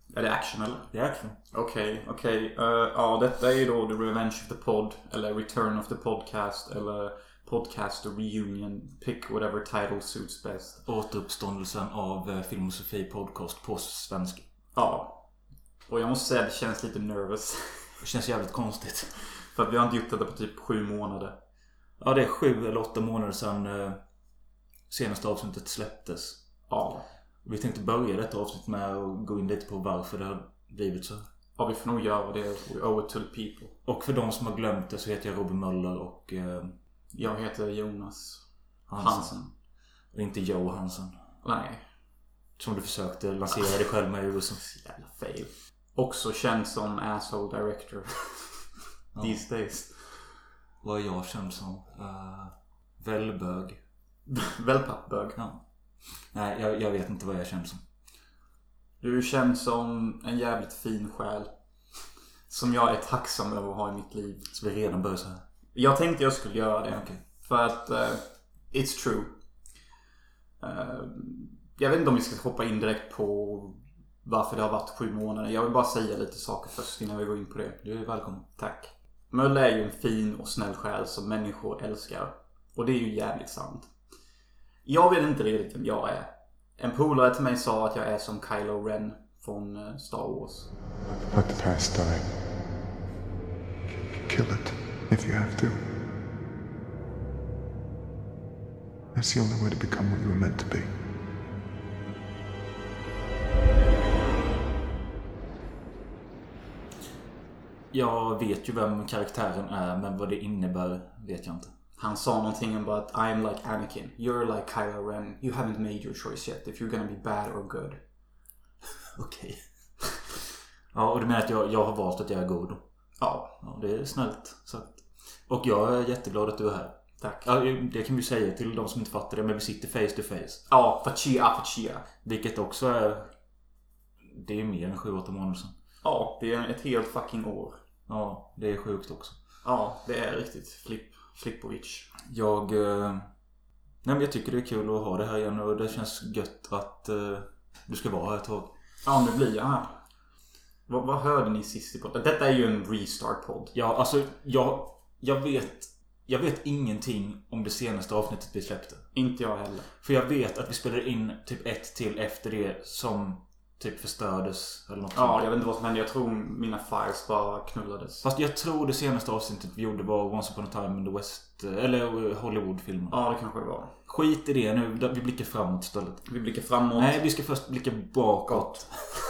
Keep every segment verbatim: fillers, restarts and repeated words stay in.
Är det action eller? Det är action. Okej, okay, okej. Okay. Uh, ja, detta är ju då The Revenge of the Pod. Eller Return of the Podcast. Eller Podcast och Reunion. Pick whatever title suits best. Återuppståndelsen av uh, Filmosofi podcast på svenska. Ja. Och jag måste säga att det känns lite nervous. Det känns jävligt konstigt. För att vi har inte gjort det på typ sju månader. Ja, det är sju eller åtta månader sedan uh, senaste avsnittet släpptes. Ja. Vi tänkte börja detta avsnitt med att gå in lite på varför det har blivit så. Ja, vi får nog göra det. We owe it to the people. Och för de som har glömt det så heter jag Robin Möller och... Uh, jag heter Jonas Hansen. Hansen. Och inte Joe Hansen. Nej. Som du försökte lansera dig själv med i U S A. Jävla fail. Också känd som asshole director. Ja. These days. Vad är jag känd som? Uh, välbög. Välpappbög. Ja. Nej, jag, jag vet inte vad jag känner som. Du är känd som en jävligt fin själ. Som jag är tacksam över att ha i mitt liv. Så vi redan börjar så här. Jag tänkte jag skulle göra det. Okay. För att uh, it's true. Uh, jag vet inte om vi ska hoppa in direkt på varför det har varit sju månader. Jag vill bara säga lite saker först innan vi går in på det. Du är välkommen. Tack. Mölle är ju en fin och snäll själ som människor älskar. Och det är ju jävligt sant. Jag vet inte riktigt vem jag är. En polare till mig sa att jag är som Kylo Ren från Star Wars. Let the past die. Kill it if you have to. That's the only way to become what you were meant to be. Jag vet ju vem karaktären är, men vad det innebär vet jag inte. Han sa någonting om att I'm like Anakin, you're like Kylo Ren, you haven't made your choice yet if you're gonna be bad or good. Okej. Okay. Ja, och du menar att jag, jag har valt att jag är god då? Ja. Ja, det är snällt sagt. Och jag är jätteglad att du är här. Tack. Ja, det kan vi säga till de som inte fattar det, men vi sitter face to face. Ja, Fachia, Fachia. Vilket också är... Det är mer än sju åtta månader sedan. Ja, det är ett helt fucking år. Ja, det är sjukt också. Ja, det är riktigt flipp, flippovic. Jag... Eh... Nej, men jag tycker det är kul att ha det här igen och det känns gött att eh, du ska vara här ett tag. Ja, nu blir jag här. Vad, vad hörde ni sist i podden? Detta är ju en restart-podd. Ja, alltså, jag, jag vet... Jag vet ingenting om det senaste avsnittet vi släppte. Inte jag heller. För jag vet att vi spelade in typ ett till efter det som typ förstördes eller något. Ja, sånt. jag vet inte vad som hände. Jag tror mina files bara knullades. Fast jag tror det senaste avsnittet vi gjorde var Once Upon a Time in the West. Eller Hollywood-filmen. Ja, det kanske det var. Skit i det nu. Vi blickar framåt istället. Vi blickar framåt. Nej, vi ska först blicka bakåt.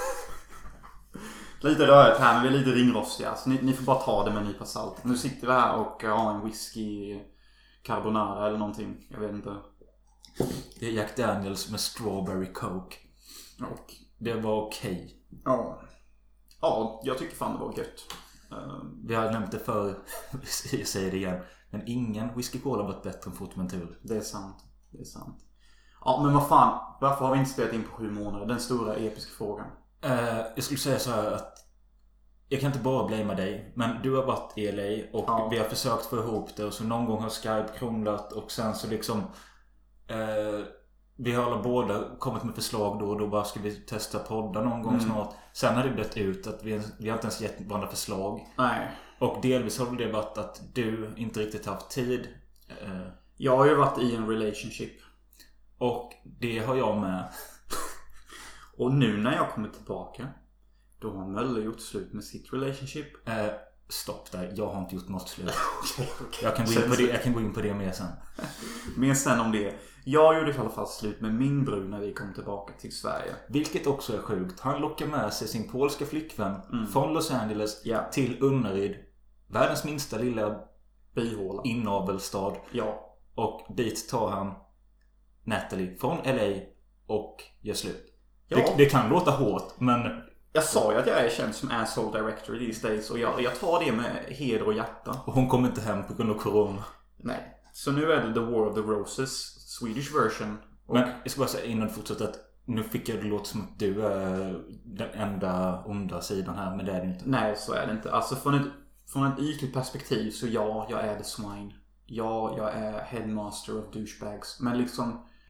Lite rörigt här, men vi är lite ringrostiga. Så ni, ni får bara ta det med en nypa salt. Nu sitter vi här och har en whisky carbonara eller någonting. Jag vet inte. Det är Jack Daniels med strawberry coke. Och det var okej. Okay. Ja. Ja, jag tycker fan det var gött. Uh, vi har nämnt det för jag säger det igen. Men ingen whisky cola varit bättre än Fotomentur. Det är sant. Det är sant. Ja, men vad fan. Varför har vi inte spelat in på sju månader? Den stora episka frågan. Uh, jag skulle säga så här att jag kan inte bara blamea dig, men du har varit i L A och ja. Vi har försökt få ihop det och så någon gång har Skype krånglat och sen så liksom uh, vi har alla båda kommit med förslag då och då bara ska vi testa podda någon gång mm. snart. Sen har det blivit ut att vi, vi har inte ens gett varandra förslag. Nej. Och delvis har det varit att du inte riktigt haft tid. Uh, jag har ju varit i en relationship. Och det har jag med. Och nu när jag kommer tillbaka, då har Mölle gjort slut med sitt relationship. Eh, stopp där, jag har inte gjort något slut. okay, okay. Jag, kan gå in på det, jag kan gå in på det mer sen. Mer sen om det. Jag gjorde i alla fall slut med min bror när vi kom tillbaka till Sverige. Vilket också är sjukt. Han lockar med sig sin polska flickvän mm. från Los Angeles ja. till Unnaryd. Världens minsta lilla byhåla. Innavelstad. Ja. Och dit tar han Natalie från L A och gör slut. Ja. Det, det kan låta hårt, men... Jag sa ju att jag är känd som asshole director these days. Och jag, jag tar det med heder och hjärta. Och hon kommer inte hem på grund av corona. Nej. Så nu är det The War of the Roses, Swedish version. Och... Men jag ska bara säga innan du fortsätter att nu fick jag det låta som att du är den enda onda sidan här, men det är det inte. Nej, så är det inte. Alltså från ett, från ett ytligt perspektiv så ja, jag är the swine. Ja, jag är headmaster of douchebags. Men liksom...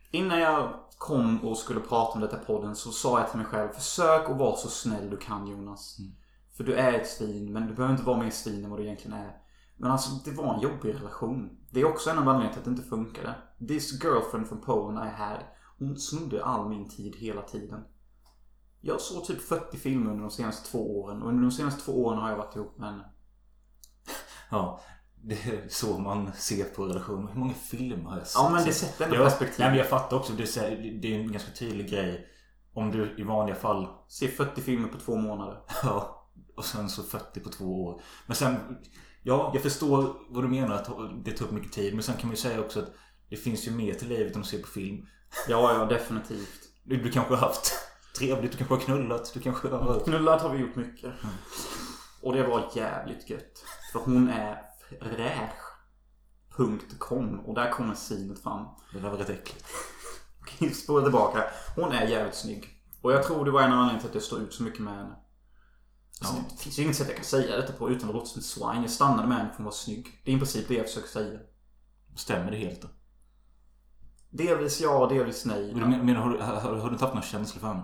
Innan jag kom och skulle prata om detta podden så sa jag till mig själv: försök att vara så snäll du kan, Jonas. Mm. För du är ett svin, men du behöver inte vara mer svin än vad du egentligen är. Men alltså, det var en jobbig relation. Det är också en av anledningarna till att det inte funkade. This girlfriend from Poland I had, hon snodde all min tid hela tiden. Jag såg typ fyrtio filmer under de senaste två åren. Och under de senaste två åren har jag varit ihop med henne. Ja, det är så man ser på relationer. Hur många filmer har jag sett? Ja, men det sätter ändå jag, perspektiv. Nej, men jag fattar också. Det är, det är en ganska tydlig grej. Om du i vanliga fall ser fyrtio filmer på två månader. Ja, och sen så fyrtio på två år. Men sen, ja, jag förstår vad du menar, att det tar upp mycket tid. Men sen kan man ju säga också att det finns ju mer till livet än att se på film. Ja, ja, definitivt. Du, du kanske har haft trevligt, du kanske har knullat. Du kanske har... Knullat har vi gjort mycket. Mm. Och det var jävligt gött. För hon är fräsch punkt com. Och där kommer synet fram. Det där var rätt äckligt. Okej, spåra tillbaka. Hon är jävligt snygg. Och jag tror det var en anledning till att jag står ut så mycket med henne. Alltså, ja. Det finns ju inget sätt jag kan säga detta på utan att låta som ett swine. Jag stannade med henne för att vara snygg. Det är i princip det jag försöker säga. Stämmer det helt då? Delvis ja, delvis nej. Men, men, men har, har, har du inte haft någon känsla för henne?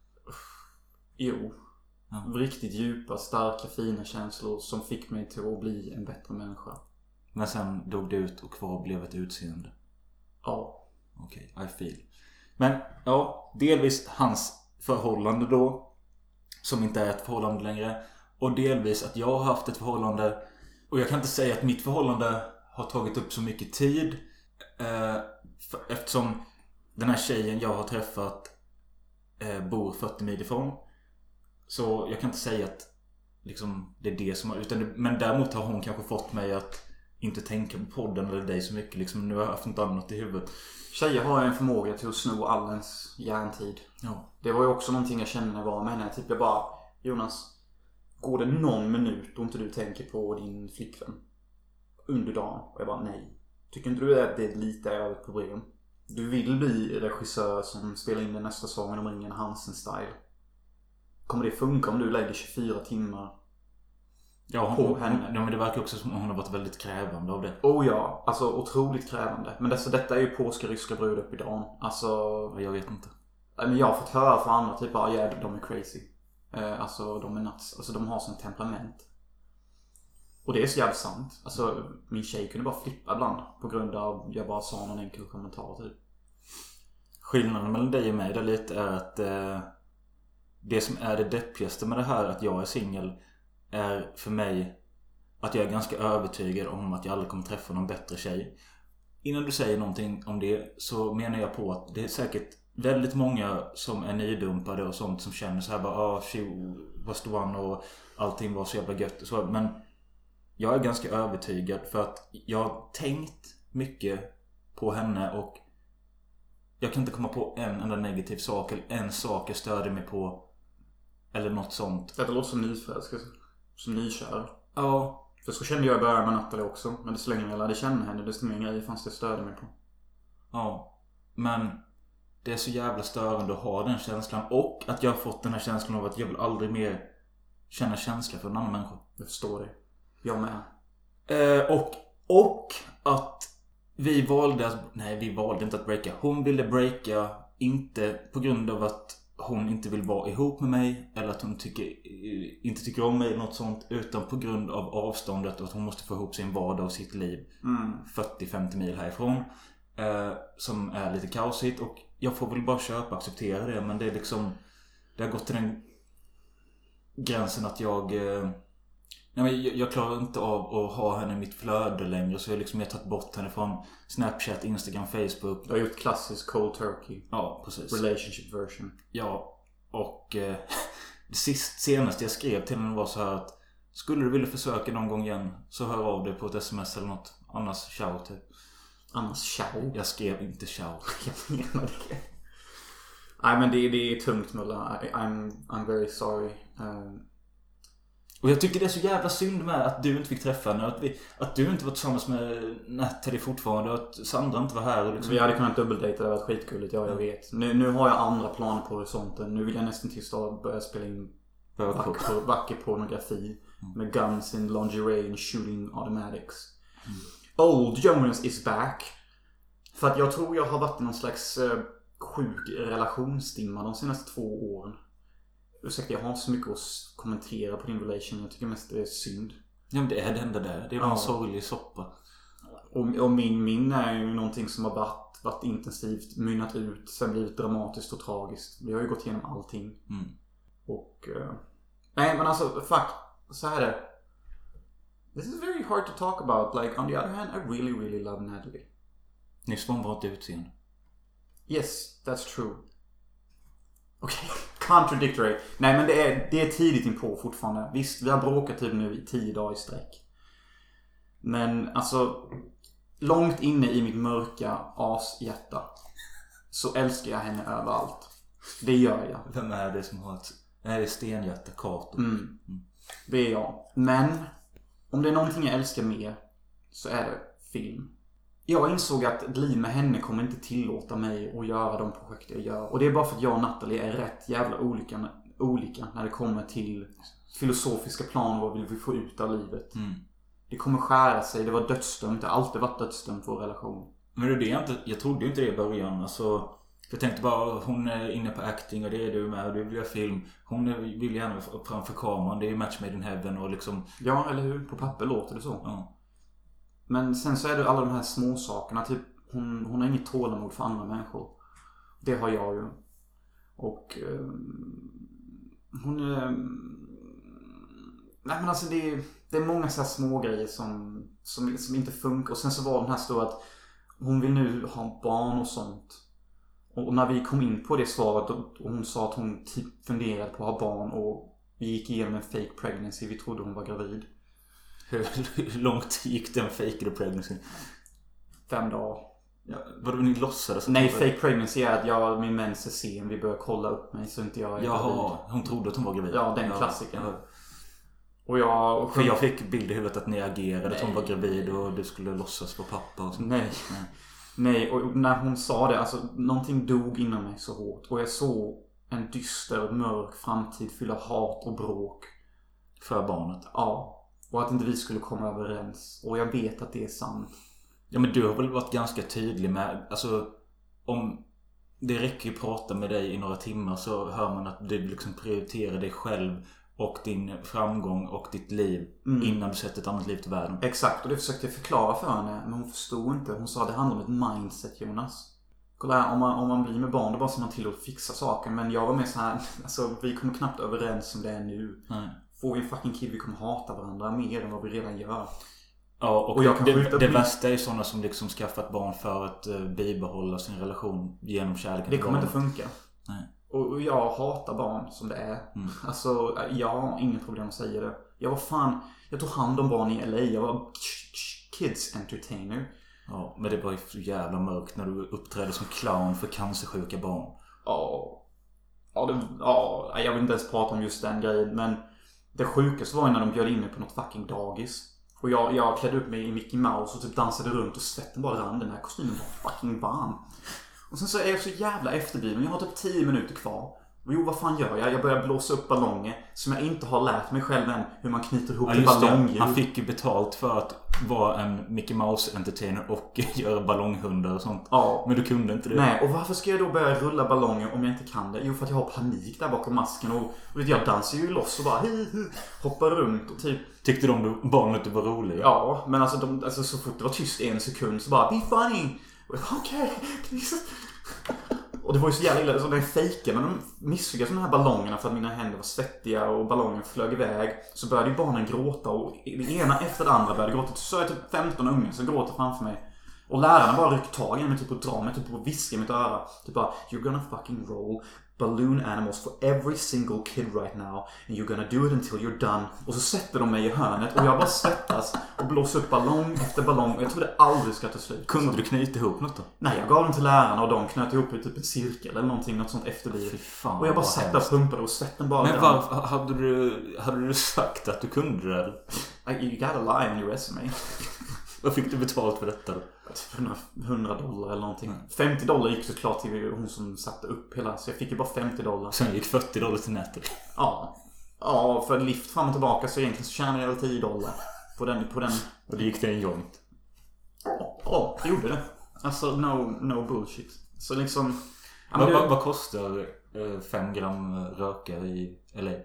Jo. Ja. Riktigt djupa, starka, fina känslor som fick mig till att bli en bättre människa. Men sen dog det ut och kvar blev ett utseende? Ja. Okej, okay, I feel. Men ja, delvis hans förhållande då, som inte är ett förhållande längre. Och delvis att jag har haft ett förhållande. Och jag kan inte säga att mitt förhållande har tagit upp så mycket tid. Eh, för, eftersom den här tjejen jag har träffat eh, bor fyrtio mil ifrån. Så jag kan inte säga att liksom, det är det som har... Utan det, men däremot har hon kanske fått mig att inte tänka på podden eller dig så mycket. Liksom, nu har jag haft något annat i huvudet. Tjejer har en förmåga till att sno all ens hjärntid. Ja. Det var ju också någonting jag kände när jag var med henne. Typ jag bara, Jonas, går det någon minut och inte du tänker på din flickvän under dagen? Och jag bara, nej. Tycker inte du att det är lite av ett problem? Du vill bli regissör som spelar in den nästa sången om ringen Hansen-style. Kommer det funka om du lägger tjugofyra timmar ja, på hon, henne? Ja, men det verkar också som att hon har varit väldigt krävande av det. Oh ja, alltså otroligt krävande. Men dessa, detta är ju påska ryska brud upp i dagen. Alltså... Jag vet inte. Men jag har fått höra från andra typ att ja, de är crazy. Eh, alltså de är nuts. Alltså de har sån temperament. Och det är så jävligt sant. Alltså min tjej kunde bara flippa ibland. På grund av jag bara sa någon enkel kommentar typ. Skillnaden mellan dig och mig där lite är att eh, det som är det deppigaste med det här att jag är singel är för mig att jag är ganska övertygad om att jag aldrig kommer träffa någon bättre tjej. Innan du säger någonting om det så menar jag på att det är säkert väldigt många som är nydumpade och sånt som känner så här bara ah, she was the one och allting var så jävla gött och så. Men jag är ganska övertygad för att jag har tänkt mycket på henne och jag kan inte komma på en enda negativ sak eller en sak jag störde mig på eller något sånt. Det låter som nyförälskelse. Som nykär. Ja. För så kände jag i början med Natalie också. Men desto längre jag lärde känna henne, desto mer grejer fanns det störde mig på. Ja. Men det är så jävla störande att ha den känslan. Och att jag har fått den här känslan av att jag vill aldrig mer känna känsla för en annan människa. Jag förstår det. Jag med. Eh, och, och att vi valde att... Nej, vi valde inte att breaka. Hon ville breaka inte på grund av att hon inte vill vara ihop med mig. Eller att hon tycker, inte tycker om mig eller något sånt. Utan på grund av avståndet och att hon måste få ihop sin vardag och sitt liv. Mm. fyrtio till femtio mil härifrån. Eh, som är lite kaosigt. Och jag får väl bara köpa och acceptera det. Men det är liksom... Det har gått till den gränsen att jag... Eh, nej, men jag, jag klarar inte av att ha henne i mitt flöde längre. Så jag, liksom, jag har tagit bort henne från Snapchat, Instagram, Facebook. Du har gjort klassisk cold turkey. Ja, precis. Relationship version. Ja, och eh, det sist, senaste jag skrev till henne var så här att skulle du vilja försöka någon gång igen så hör av dig på ett sms eller något. Annars ciao typ. Annars ciao? Jag skrev inte ciao. Jag menar det. Nej, men det, det är tungt, Mulla. I'm, I'm very sorry. Um... Och jag tycker det är så jävla synd med att du inte fick träffa henne. Att, vi, att du inte var tillsammans med Natalie fortfarande. Och att Sandra inte var här. Och liksom... Vi hade kunnat dubbeldejta, det var skitgulligt. Ja, jag vet. Nu, nu har jag andra planer på horisonten. Nu vill jag nästan till start börja spela in vacker, vacker pornografi. Mm. Med guns in lingerie and shooting automatics. Mm. Old Jonas is back. För att jag tror jag har varit i någon slags eh, sjuk relationsdimma de senaste två åren. Ursäkta, jag har inte så mycket att kommentera på din relation. Jag tycker mest det är synd. Ja, men det är det enda där. Det är bara ja. en sorglig soppa. Och, och min min är ju någonting som har varit, varit intensivt, mynnat ut, sen blivit dramatiskt och tragiskt. Vi har ju gått igenom allting. Mm. Och... Uh, nej, men alltså, fuck. Så här är det. This is very hard to talk about. Like, on the other hand, I really, really love Natalie. Nyss var hon bara ett utseende. Yes, that's true. Okej, okay. Contradictory. Nej, men det är, det är tidigt inpå fortfarande. Visst, vi har bråkat typ nu i tio dagar i sträck. Men alltså, långt inne i mitt mörka ashjärta så älskar jag henne överallt. Det gör jag. Vem är det som har ett... Nej, det är stenhjärta, Kato. Mm. Mm. Det är jag. Men om det är någonting jag älskar mer så är det film. Jag insåg att ett liv med henne kommer inte tillåta mig att göra de projekt jag gör. Och det är bara för att jag och Natalie är rätt jävla olika, olika när det kommer till filosofiska plan och vad vill vi få ut av livet. Mm. Det kommer skära sig, det var dödsdömt. Det har alltid varit dödsdömt för vår relation. Men det är det jag inte, jag trodde ju inte det i början. Alltså, jag tänkte bara, hon är inne på acting och det är du med och du vill göra film. Hon vill gärna framför kameran, det är Match Made in Heaven och liksom... Ja, eller hur? På papper låter det så. Ja. Men sen så är det alla de här små sakerna. Typ, hon, hon har inget tålamod för andra människor. Det har jag ju. Och eh, hon är... Eh, nej men alltså det är, det är många så här små grejer som, som, som inte funkar. Och sen så var den här stora att hon vill nu ha barn och sånt. Och när vi kom in på det svaret och hon sa att hon typ funderade på att ha barn och vi gick igenom en fake pregnancy. Vi trodde hon var gravid. Hur långt gick den fake pregnancy? Fem dagar. Ja, vadå, ni låtsades? Nej, fake pregnancy är att jag, min mens är sen. Vi börjar kolla upp mig så inte jag är Jaha, gravid. Hon trodde att hon var gravid. Ja, den ja, klassiken. Ja. Och jag... Och för jag fick bild i huvudet att ni agerade. Nej. Att hon var gravid och du skulle låtsas vara pappa och sånt. Nej. Nej. Nej, och när hon sa det, alltså någonting dog inom mig så hårt. Och jag såg en dyster, mörk framtid fylla hat och bråk. För barnet? Ja. Och att inte vi skulle komma överens. Och jag vet att det är sant. Ja, men du har väl varit ganska tydlig med... Alltså, om det räcker ju att prata med dig i några timmar så hör man att du liksom prioriterar dig själv och din framgång och ditt liv mm. innan du sätter ett annat liv till världen. Exakt, och det försökte jag förklara för henne. Men hon förstod inte. Hon sa att det handlar om ett mindset, Jonas. Kolla här, om man, om man blir med barn, det är bara som man tillåter fixa saker. Men jag var med så här, alltså vi kommer knappt överens som det är nu. Nej. Får vi en fucking kid, vi kommer hata varandra mer än vad vi redan gör. Ja, och, och jag det, det, det värsta är sådana som liksom skaffat barn för att uh, bibehålla sin relation genom kärleken. Det kommer inte funka. Nej. Och, och jag hatar barn som det är. Mm. Alltså, jag har inget problem att säga det. Jag var fan, jag tog hand om barn i L A. Jag var kids entertainer. Ja, men det var ju så jävla mörkt när du uppträdde som clown för cancersjuka barn. Ja. Ja, det, ja, jag vill inte ens prata om just den grejen. Men det sjukaste var ju när de bjöd in mig på något fucking dagis. Och jag, jag klädde upp mig i Mickey Mouse och typ dansade runt och svetten bara rann. Den här kostymen var fucking varm. Och sen så är jag så jävla efterbliven. Jag har typ tio minuter kvar. Och jo, vad fan gör jag? Jag börjar blåsa upp ballonger som jag inte har lärt mig själv än hur man knyter ihop ja, ballonger. Han fick ju betalt för att vara en Mickey Mouse entertainer och göra ballonghundar och sånt. Ja. Men du kunde inte det. Nej, och varför ska jag då börja rulla ballonger om jag inte kan det? Jo, för att jag har panik där bakom masken. Och, och vet, jag dansar ju loss och bara hi, hi, hoppar runt och typ... Tyckte de barnen att du var rolig? Ja, men alltså, de, alltså så fort det var tyst en sekund så bara be funny. Okej, okay. Och det var ju så jävla illa, så den fejken när de misslyckades med de här ballongerna för att mina händer var svettiga och ballongen flög iväg, så började ju barnen gråta och det ena efter det andra började gråta. Så är typ femton unga som gråter framför mig. Och lärarna bara ryckte tag i mig typ och drar mig typ och viskar i mitt öra. Typ bara, you're gonna fucking roll balloon animals for every single kid right now and you're gonna do it until you're done. Och så sätter de mig i hörnet och jag bara svettas och blåser upp ballong efter ballong och jag tror det aldrig ska ta slut. Kunde du knyta ihop något då? Nej, jag gav dem till lärarna och de knöt ihop i typ en cirkel eller någonting, något sånt efterblivet. Och jag bara satt där och pumpade och svetten bara... Men varför, hade du, hade du sagt att du kunde det eller? You gotta lie on your resume. Vad fick du betalt för detta då? hundra dollar eller någonting. Mm. femtio dollar gick såklart till hon som satte upp hela. Så jag fick ju bara femtio dollar. Sen gick fyrtio dollar till nätet. Ja. Ja, för lift fram och tillbaka så egentligen så tjänade jag tio dollar på den, på den. Och det gick till en joint. Ja, ja, det gjorde det. Alltså no, no bullshit. Så liksom... Ja, vad, vad, vad kostar uh, fem gram röka i L A?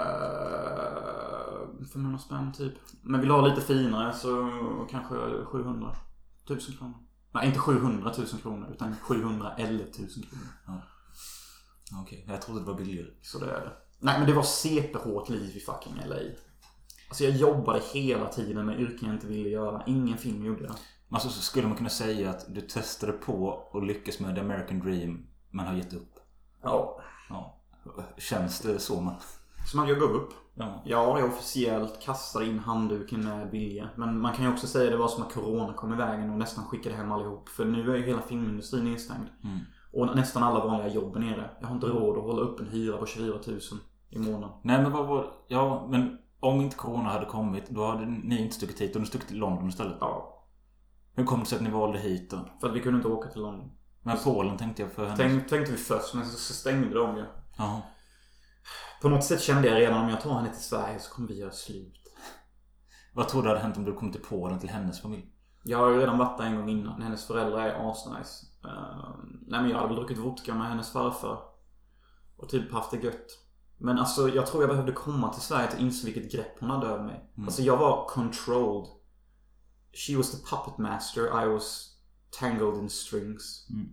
Uh, femhundra spänn typ. Men vill du ha lite finare så kanske sjuhundra tusen kronor. Nej, inte sjuhundra tusen kronor utan sjuhundraelva tusen kronor. Ja. Okej, okay. Jag trodde det var billigare. Så det är det. Nej, men det var C P-hårt liv i fucking L A. Alltså jag jobbade hela tiden med yrken jag inte ville göra. Ingen film gjorde jag. Alltså så skulle man kunna säga att du testade på och lyckas med The American Dream men har gett upp. Ja. Ja. Känns det så man? Som att jag gav upp. Ja. Ja, jag officiellt kastade in handduken med vilja. Men man kan ju också säga att det var som att corona kom i vägen och nästan skickade hem allihop. För nu är ju hela filmindustrin nedstängd. Mm. Och nästan alla vanliga jobb är nere. Jag har inte råd att hålla upp en hyra på tjugofyra tusen i månaden. Nej, men vad var... Ja, men om inte corona hade kommit, då hade ni inte stuckit hit och ni stuckit till London istället. Ja. Hur kom det sig att ni valde hit då? För att vi kunde inte åka till London. Men Polen tänkte jag för henne. Tänk, tänkte vi först, men så stängde de ju. Ja. På något sätt kände jag redan om jag tar henne till Sverige så kommer vi göra slut. Vad tror du hade hänt om du kom till Polen till hennes familj? Jag har ju redan varit där en gång innan. Hennes föräldrar är asnice. Uh, nej men jag hade väl druckit vodka med hennes farfar. Och typ haft det gött. Men alltså jag tror jag behövde komma till Sverige till inse vilket grepp hon hade över mig. Mm. Alltså jag var controlled. She was the puppet master. I was tangled in strings. Mm.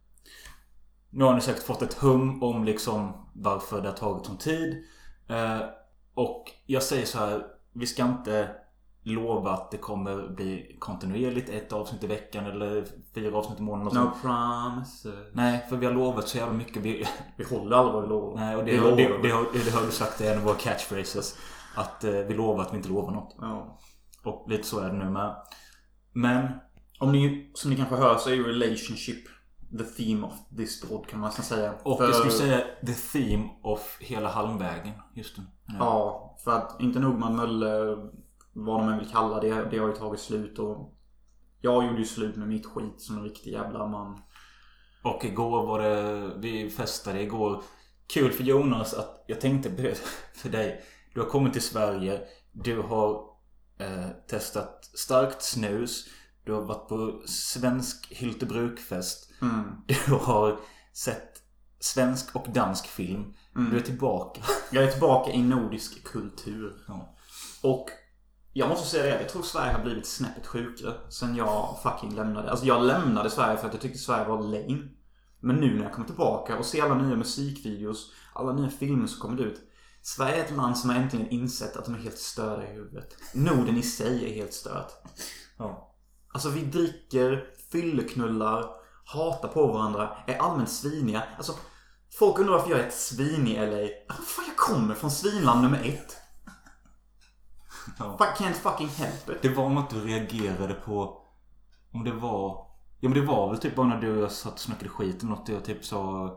Nu har ni säkert fått ett hum om liksom varför det har tagit sån tid. Uh, och jag säger så här. Vi ska inte lova att det kommer bli kontinuerligt ett avsnitt i veckan eller fyra avsnitt i månaden. No promises. Nej, för vi har lovat så jävla mycket. Vi, vi håller aldrig vad vi lovar. Nej, och det, det, det, det, har, det har du sagt, det är en av våra catchphrases. Att eh, vi lovar att vi inte lovar något. Ja. Och lite så är det nu med. Men om ni, som ni kanske hör, så är ju relationship the theme of this pod, kan man säga. Och för... jag skulle säga the theme of hela halmvägen. Just det. Ja, ja för att inte nog man Mölle, vad de än vill kalla det, det har ju tagit slut. Och jag gjorde ju slut med mitt skit som en riktig jävla man. Och igår var det, vi festade igår. Kul för Jonas att jag tänkte för dig. Du har kommit till Sverige. Du har eh, testat starkt snus. Du har varit på svensk Hyltebrukfest. Mm. Du har sett svensk och dansk film. Mm. Du är tillbaka. Jag är tillbaka i nordisk kultur. Ja. Och jag måste säga det, jag tror Sverige har blivit snäppet sjukare sen jag fucking lämnade. Alltså jag lämnade Sverige för att jag tyckte Sverige var lame. Men nu när jag kommer tillbaka och ser alla nya musikvideos, alla nya filmer som kommer ut. Sverige är ett land som har äntligen insett att de är helt störda i huvudet. Norden i sig är helt stört. Ja. Alltså vi dricker, fylleknullar, hatar på varandra, är allmänt sviniga. Alltså folk undrar varför jag är ett svin i L A. Alltså fan, jag kommer från svinland nummer ett. Ja. I can't fucking help it. Det var något du reagerade på. Om det var... Ja, men det var väl typ bara när du satt och snackade skit eller något. Jag typ sa...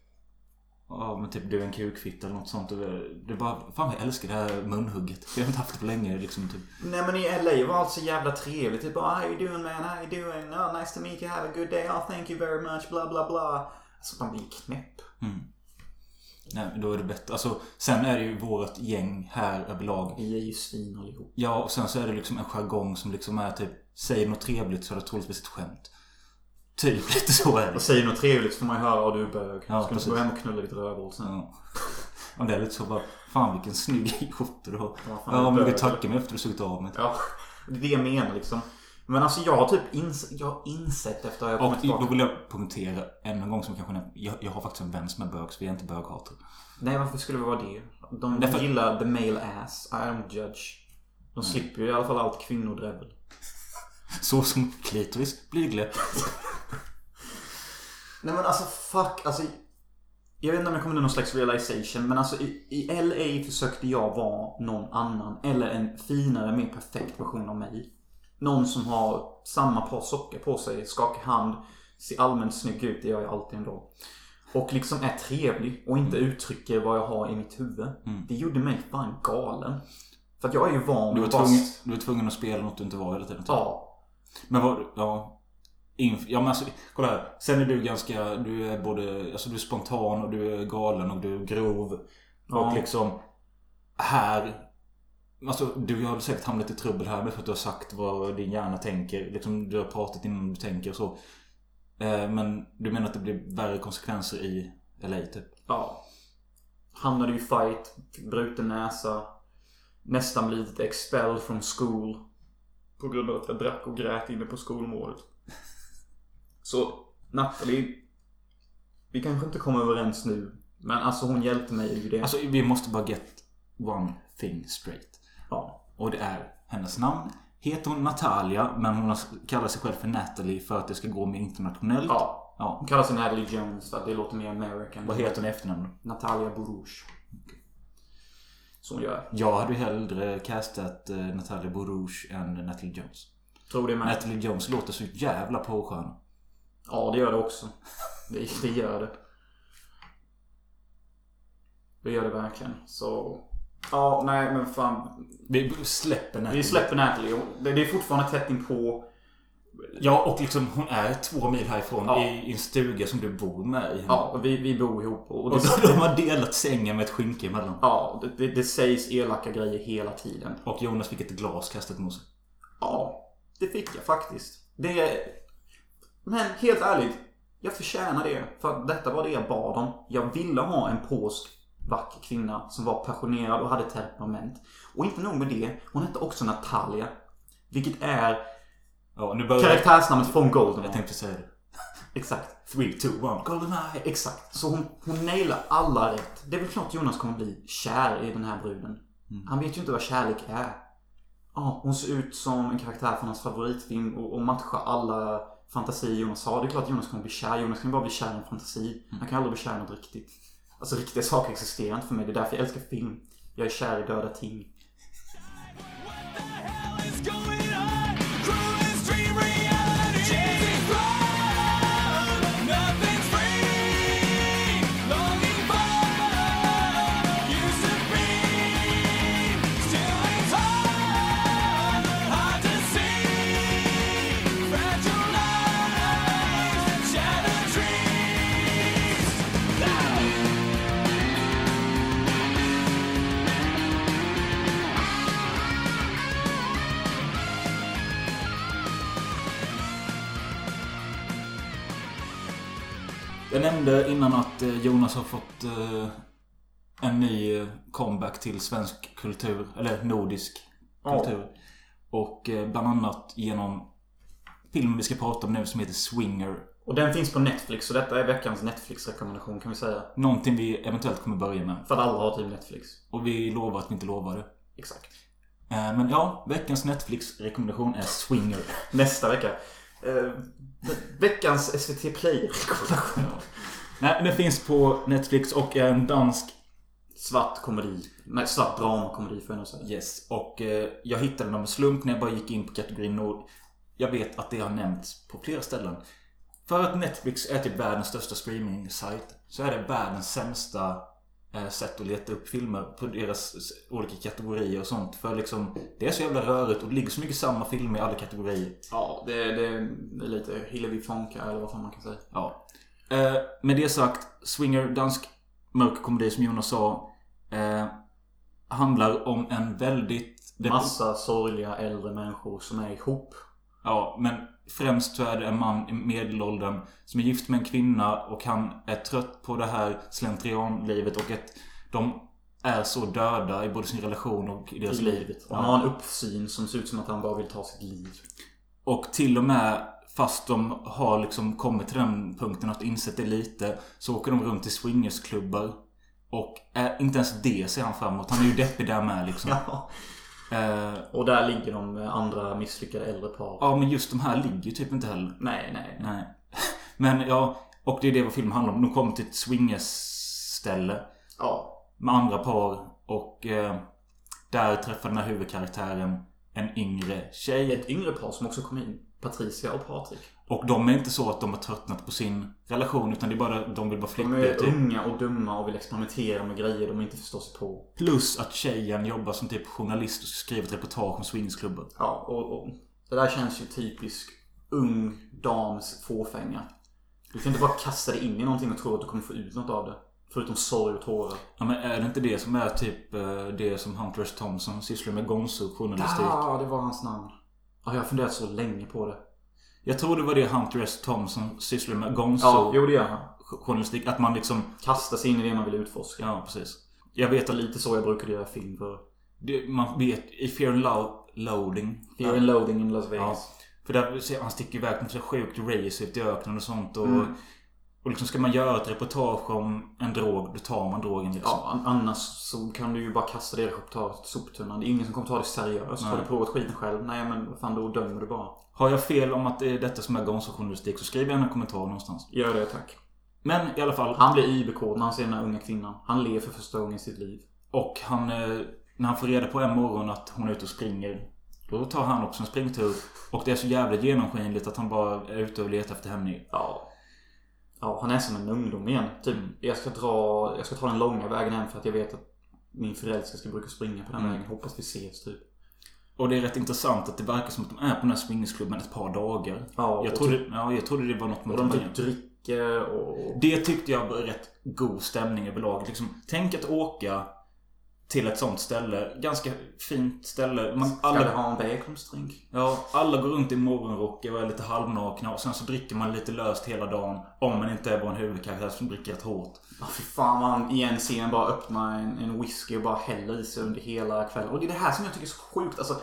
Ja, men typ du är en kukfitta eller något sånt. Det bara... Fan, jag älskar det här munhugget. Jag har inte haft det på länge liksom typ. Nej, men i L A var allt så jävla trevligt. Typ bara, how you doing man? How you doing? Oh, nice to meet you. Have a good day. Oh, thank you very much. Bla bla bla. Alltså man blir knäpp. Mm. Nej, men då är det bättre. Alltså, sen är det ju vårt gäng här överlag. Vi är ju svin allihop. Ja, och sen så är det liksom en jargong som liksom är typ, säger något trevligt så är det troligtvis ett skämt. Typ lite så är det. Och säger något trevligt så får man ju höra att du är bög. Ja, ska du gå hem och knulla ditt rövhål sen. Ja. Och det är lite så bara, fan vilken snygg skjorta du har. Ja, ja men du tackar mig efter du sugit av mig. Ja, det är det jag menar liksom. Men alltså jag har typ ins- jag har insett efter att jag kommit tillbaka. Och då vill jag punktera än en gång som kanske jag, jag har faktiskt en vän som är bög, så vi är inte böghatare. Nej, varför skulle vi vara det? De Därför... gillar the male ass. I don't judge. De mm. slipper ju i alla fall allt kvinnodrävel. Så som klitoris, blygläpp. Nej men alltså fuck, alltså jag vet inte om jag kommer till någon slags realization, men alltså i, i L A försökte jag vara någon annan eller en finare, mer perfekt version av mig. Någon som har samma par socker på sig, skakar hand, ser allmänt snygg ut, det gör jag alltid ändå. Och liksom är trevlig och inte uttrycker vad jag har i mitt huvud. Mm. Det gjorde mig fan galen. För att jag är ju van. Du var tvungen, bara... du var tvungen att spela något du inte var hela tiden. Ja. Men vad, ja... Inf- ja men alltså, kolla här. Sen är du ganska, du är både, alltså du är spontan och du är galen och du är grov. Ja. Och liksom, här... Alltså du har säkert hamnat i trubbel här med för att du har sagt vad din hjärna tänker. Liksom du har pratat innan du tänker och så. Eh, men du menar att det blir värre konsekvenser i L A typ? Ja. Hamnade ju fight, fick bruten näsa, nästan blivit expelled from school på grund av att jag drack och grät inne på skolområdet. Så Natalie, vi kanske inte kommer överens nu, men alltså hon hjälpte mig i det. Alltså vi måste bara get one thing straight. Ja. Och det är hennes namn. Heter hon Natalia, men hon kallar sig själv för Natalie för att det ska gå mer internationellt. Ja. Ja. Hon kallar sig Natalie Jones, för det låter mer American. Vad heter hon i efternamn? Natalia Borouge. Så hon gör. Jag hade ju hellre castat uh, Natalia Borouge än Natalie Jones. Tror det med. Natalie Jones låter så jävla påskön. Ja, det gör det också. Det, det gör det. Det gör det verkligen. Så... Ja, nej men fan. Vi släpper Natalie. Vi släpper Natalie. Det, det är fortfarande tätt in på. Ja, och liksom hon är två mil härifrån ja. i, i en stuga som du bor med i. Ja, och vi, vi bor ihop. Och, och det, de har delat sängen med ett skynke emellan. Ja, det, det, det sägs elaka grejer hela tiden. Och Jonas fick ett glas kastat mot sig. Ja, det fick jag faktiskt. Det är... Men helt ärligt, jag förtjänar det. För att detta var det jag bad om. Jag ville ha en polsk vacker kvinna som var passionerad och hade temperament. Och inte nog med det, hon hette också Natalia. Vilket är ja, nu börjar karaktärsnamnet från Goldeneye. Jag tänkte säga det. Exakt. tre, två, ett, Goldeneye. Exakt. Så hon, hon nailar alla rätt. Det är väl klart Jonas kommer bli kär i den här bruden. Mm. Han vet ju inte vad kärlek är. Ja, hon ser ut som en karaktär från hans favoritfilm och, och matchar alla fantasier Jonas sa. Det är klart att Jonas kommer bli kär. Jonas kan bara bli kär i en fantasi. Han kan aldrig bli kär i något riktigt. Alltså riktiga saker existerar inte för mig. Det är därför jag älskar film. Jag är kär i döda ting. Jag nämnde innan att Jonas har fått en ny comeback till svensk kultur, eller nordisk kultur. Oh. Och bland annat genom filmen vi ska prata om nu som heter Swinger. Och den finns på Netflix, så detta är veckans Netflix-rekommendation kan vi säga. Någonting vi eventuellt kommer börja med. För att alla har typ Netflix. Och vi lovar att vi inte lovar det. Exakt. Men ja, veckans Netflix-rekommendation är Swinger. Nästa vecka. Uh, veckans S V T Play-rekommendation. Nej, den finns på Netflix och är en dansk svart komedi. Nej, svart drama-komedi för jag säga. Yes, och eh, jag hittade den med slump när jag bara gick in på kategorin Nord. Jag vet att det har nämnts på flera ställen. För att Netflix är typ världens största streaming-sajt så är det världens sämsta eh, sätt att leta upp filmer på deras olika kategorier och sånt. För liksom, det är så jävla rörigt och det ligger så mycket samma filmer i alla kategorier. Ja, det, det är lite Hillevi Fonka eller vad fan man kan säga. Ja. Eh, med det sagt, Swinger, dansk mörk komedi som Jonas sa, eh, handlar om en väldigt... Massa sorgliga äldre människor som är ihop. Ja, men främst så är det en man i medelåldern som är gift med en kvinna och han är trött på det här slentrianlivet och att de är så döda i både sin relation och i deras I liv. livet. Och han har en uppsyn som ser ut som att han bara vill ta sitt liv. Och till och med fast de har liksom kommit till den punkten att insett det lite så åker de runt i swingersklubbar och är, inte ens det ser han framåt. Han är ju deppig där med liksom. Ja. Eh, och där ligger de med andra misslyckade äldre par. Ja, men just de här ligger ju typ inte heller. Nej, nej, nej. Men ja, och det är det vad filmen handlar om. De kommer till ett swingersställe. Ja. Med andra par. Och eh, där träffar den här huvudkaraktären en yngre tjej. Ett yngre par som också kom in. Patricia och Patrik. Och de är inte så att de har tröttnat på sin relation utan det är bara de vill vara fläckbiga. De är typ unga och dumma och vill experimentera med grejer de inte förstår sig på. Plus att tjejen jobbar som typ journalist och skriver ett reportage om swingersklubbar. Ja, och, och det där känns ju typisk ung dams fåfänga. Du kan inte bara kasta dig in i någonting och tro att du kommer få ut något av det. Förutom sorg och tårar. Ja, men är det inte det som är typ det som Hunter S. Thompson sysslar med gonzo-journalistik? Ja, det var hans namn. Ja, jag har funderat så länge på det. Jag tror det var det Hunter S. Thompson sysslade med Gonzo. Ja, jo det gör han. Journalistik. Att man liksom kastar sig in i det man vill utforska. Ja, precis. Jag vet att lite så jag brukar göra film för. Det, man vet i Fear and Lo- Loading. Fear and Loading in Las Vegas. Ja, för där han sticker iväg med så sjukt race ut i öknen och sånt. Och, mm. och liksom ska man göra ett reportage om en drog, då tar man drogen liksom. Ja, annars så kan du ju bara kasta det reportaget i soptunnan. Det är ingen som kommer ta det seriöst. Har du provat skiten själv? Nej, men fan, då dömer du bara. Har jag fel om att det är detta som är Gonzo-journalistik, så skriv gärna en kommentar någonstans. Gör det, tack. Men i alla fall. Han blir I B K när han ser den här unga kvinnan. Han lever för första gången i sitt liv. Och han, när han får reda på en morgon att hon är ute och springer, då tar han också en springtur. Och det är så jävligt genomskinligt att han bara är ute och letar efter henne. Ja. Ja, han är som en ungdom igen. Typ, jag ska dra jag ska ta den långa vägen hem för att jag vet att min förälder ska brukar springa på den mm. vägen. Hoppas vi ses typ. Och det är rätt intressant att det verkar som att de är på den här swingersklubben ett par dagar. Ja, jag, trodde, typ, ja, jag trodde det var något med. Och de typ dricker och... Det tyckte jag var rätt god stämning överlag. Liksom, tänk att åka till ett sånt ställe. Ganska fint ställe. Man, alla, ska ha en välkomstdrink? Ja, alla går runt i morgonrockar och är lite halvnakna. Och sen så dricker man lite löst hela dagen. Om man inte är bara en huvudkaraktär som dricker rätt hårt. Ja, fy fan, man i en scen bara öppnar en, en whisky och bara häller i sig under hela kvällen. Och det är det här som jag tycker är så sjukt. Alltså,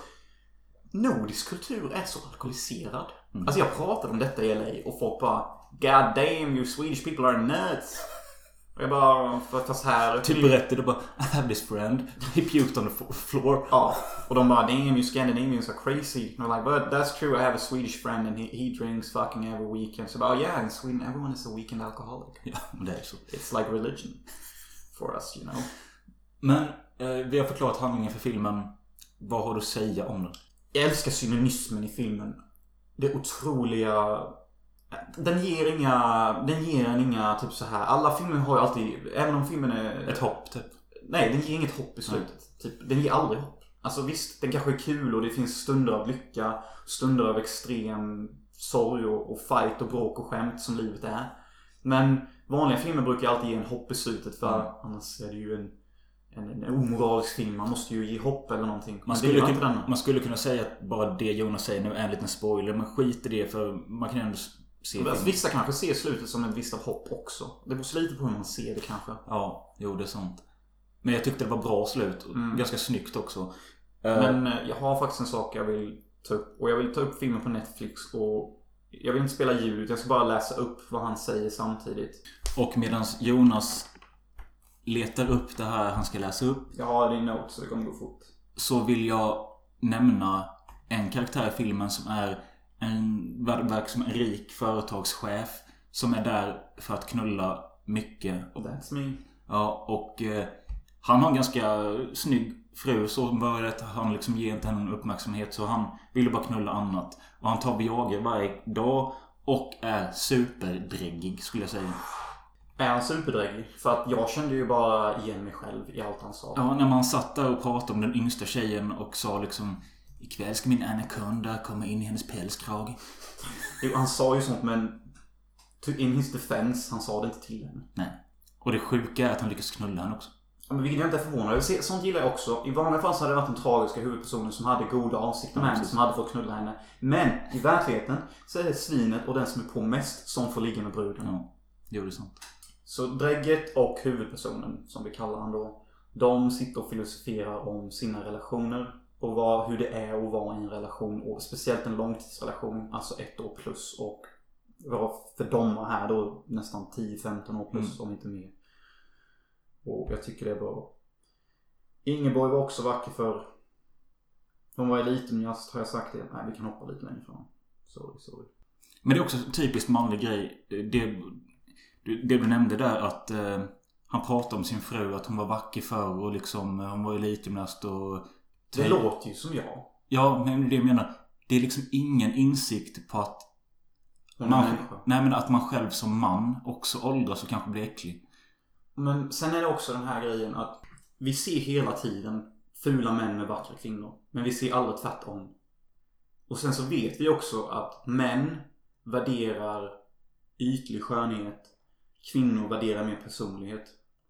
nordisk kultur är så alkoholiserad. Mm. Alltså jag pratade om detta i L A och folk bara God damn, you Swedish people are nuts. Och jag bara, fast här typ berättade bara, I have this friend, he puked on the floor. Ja, och de bara, damn, you Scandinavians are crazy. And I'm like, but that's true, I have a Swedish friend and he, he drinks fucking every weekend. So about, yeah, in Sweden everyone is a weekend alcoholic. Ja, det är så. It's like religion for us, you know. Men eh, vi har förklarat handlingen för filmen. Vad har du att säga om den? Jag älskar cynismen i filmen. Det otroliga... Den ger inga... Den ger en inga typ så här. Alla filmer har ju alltid... Även om filmen är... Ett hopp typ. Nej, den ger inget hopp i slutet. Typ, den ger aldrig hopp. Alltså visst, den kanske är kul och det finns stunder av lycka. Stunder av extrem sorg och, och fight och bråk och skämt som livet är. Men vanliga filmer brukar alltid ge en hopp i slutet. För mm. annars är det ju en... En, en omoralisk film. Man måste ju ge hopp eller någonting. Man skulle, kunna, man skulle kunna säga att bara det Jonas säger nu är en liten spoiler. Men skit i det, för man kan ändå se men, alltså, vissa kanske ser slutet som en visst av hopp också. Det beror lite på hur man ser det kanske. Ja, jo det är sant. Men jag tyckte det var bra slut. Mm. Ganska snyggt också. Men uh, jag har faktiskt en sak jag vill ta upp. Och jag vill ta upp filmen på Netflix. Och jag vill inte spela ljud. Jag ska bara läsa upp vad han säger samtidigt. Och medan Jonas letar upp det här han ska läsa upp. Jag har det i notes så det kommer gå fort. Så vill jag nämna en karaktär i filmen som är en, verkar som en rik företagschef som är där för att knulla mycket. That's me. Ja, och eh, han har en ganska snygg fru, så började att han liksom ger inte henne någon uppmärksamhet, så han ville bara knulla annat. Och han tar Viagra varje dag och är superdräggig skulle jag säga. Är han superdräggig? För att jag kände ju bara igen mig själv i allt han sa. Ja, när man satt där och pratade om den yngsta tjejen och sa liksom, ikväll ska min anaconda komma in i hennes pälskrag. Jo, han sa ju sånt, men in his defense, han sa det inte till henne. Nej. Och det sjuka är att han lyckas knulla henne också. Ja, men vilket jag inte är förvånad över. Sånt gillar jag också. I vanliga fall så hade det varit den tragiska huvudpersonen som hade goda avsikter med henne, som hade fått knulla henne. Men i verkligheten så är det svinet och den som är på mest som får ligga med bruden. Ja, det är sant. Så drägget och huvudpersonen, som vi kallar han då, de sitter och filosoferar om sina relationer och vad, hur det är att vara i en relation, och speciellt en långtidsrelation, alltså ett år plus, och vad för dem var här då nästan tio femton år plus, mm. om inte mer. Och jag tycker det är bra. Ingeborg var också vacker för hon var liten, men har jag sagt det? Nej, vi kan hoppa lite längre fram. Sorry, sorry. Men det är också en typiskt manlig grej. Det, det du nämnde där, att eh, han pratade om sin fru, att hon var vacker för och liksom, hon var elitgymnast och... Det låter ju som jag. Ja, men det jag menar, det är liksom ingen insikt på att man, nej, men att man själv som man också åldras och kanske blir äcklig. Men sen är det också den här grejen att vi ser hela tiden fula män med vackra kvinnor, men vi ser aldrig tvärtom. Och sen så vet vi också att män värderar ytlig skönhet, kvinnor värderar mer personlighet.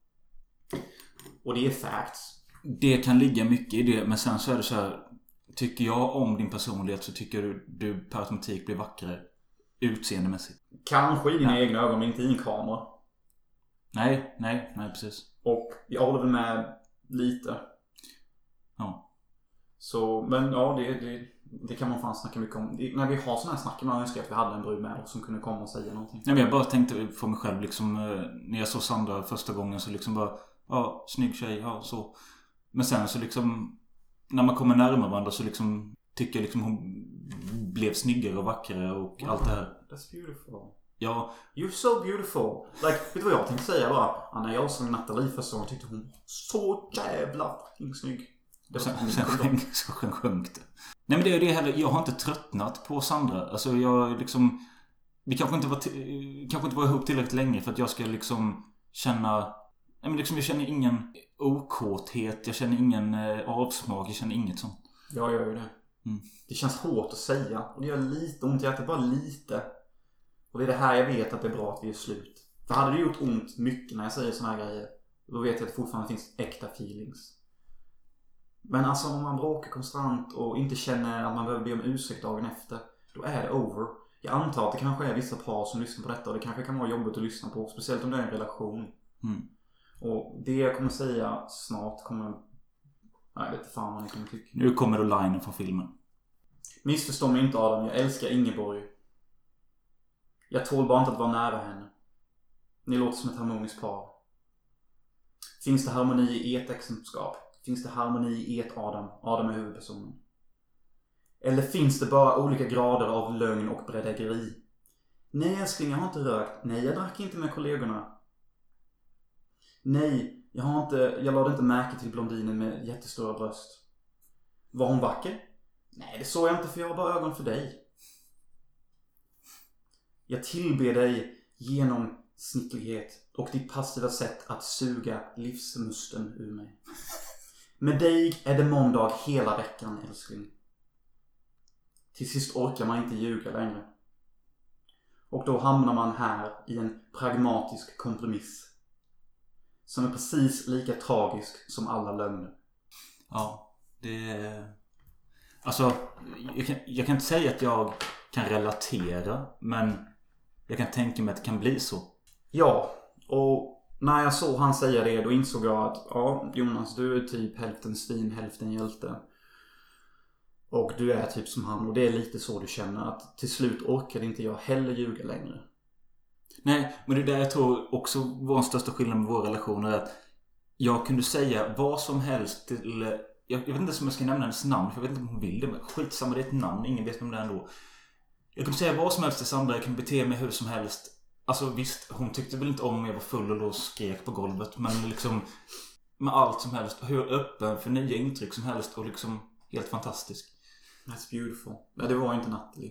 Och det är facts. Det kan ligga mycket i det, men sen så är det så här, tycker jag om din personlighet så tycker du du per automatik blir vackrare. utseendemässigt. Kanske i dina Nej. egna ögon, men inte i en kamera. Nej, nej, nej precis. Och jag håller väl med lite. Ja. Så, men ja, det, det, det kan man fan snacka mycket om. Det, när vi har såna här snack, man önskar att vi hade en brud med oss som kunde komma och säga någonting. Nej, men jag bara tänkte för mig själv liksom, eh, när jag såg Sandra första gången så liksom bara, ja, snygg tjej, ja, så. Men sen så liksom, när man kommer närmare varandra så liksom tycker jag liksom hon blev snyggare och vackrare och wow, allt det här. That's beautiful. Ja. You're so beautiful. Like, vet du vad jag tänkte säga bara? Ja, när jag såg Natalie första gången tyckte hon var så jävla fucking snygg. Och sen, sen sjönk, så sjönk det. Nej, men det är det heller. Jag har inte tröttnat på Sandra. Alltså jag liksom, vi kanske inte var t- kanske inte var ihop tillräckligt länge för att jag ska liksom känna, nej men liksom jag känner ingen okåthet, jag känner ingen eh, avsmak, jag känner inget sånt. Jag gör ju det. Mm. Det känns hårt att säga och det gör lite ont i hjärtat, bara lite. Och det är det här jag vet att det är bra att vi är slut. För hade det gjort ont mycket när jag säger såna här grejer, då vet jag att det fortfarande finns äkta feelings. Men alltså om man bråkar konstant och inte känner att man behöver be om ursäkt dagen efter, då är det over. Jag antar att det kanske är vissa par som lyssnar på detta och det kanske kan vara jobbigt att lyssna på, speciellt om det är en relation. Mm. Och det jag kommer säga snart kommer, nej, jag vet inte fan vad ni kan tycka. Nu kommer då linen från filmen. Missförstå mig inte, Adam, jag älskar Ingeborg. Jag tål bara inte att vara nära henne. Ni låter som ett harmoniskt par. Finns det harmoni i ert äktenskap? Finns det harmoni i ert Adam? Adam är huvudpersonen. Eller finns det bara olika grader av lögn och bedrägeri? Nej älskling, jag har inte rökt. Nej, jag drack inte med kollegorna. Nej, jag har inte, jag lade inte märke till blondinen med jättestora bröst. Var hon vacker? Nej, det såg jag inte för jag har bara ögon för dig. Jag tillber dig genom snicklighet och ditt passiva sätt att suga livsmusten ur mig. Med dig är det måndag hela veckan, älskling. Till sist orkar man inte ljuga längre. Och då hamnar man här i en pragmatisk kompromiss som är precis lika tragisk som alla lögner. Ja, det är... Alltså, jag kan, jag kan inte säga att jag kan relatera, men jag kan tänka mig att det kan bli så. Ja, och när jag såg han säga det, då insåg jag att ja, Jonas, du är typ hälften svin, hälften hjälte. Och du är typ som han, och det är lite så du känner att till slut orkade inte jag heller ljuga längre. Nej, men det är där jag tror också vår största skillnad med våra relationer är att jag kunde säga vad som helst till... Jag, jag vet inte om jag ska nämna hennes namn, för jag vet inte om hon vill det, men skitsamma, det är ett namn, ingen vet om det är ändå. Jag kunde säga vad som helst till Sandra, jag kunde bete mig hur som helst. Alltså visst, hon tyckte väl inte om om jag var full och låg och skrek på golvet, men liksom med allt som helst, hur öppen för nya intryck som helst och liksom helt fantastisk. That's beautiful. Nej, det var inte Natalie.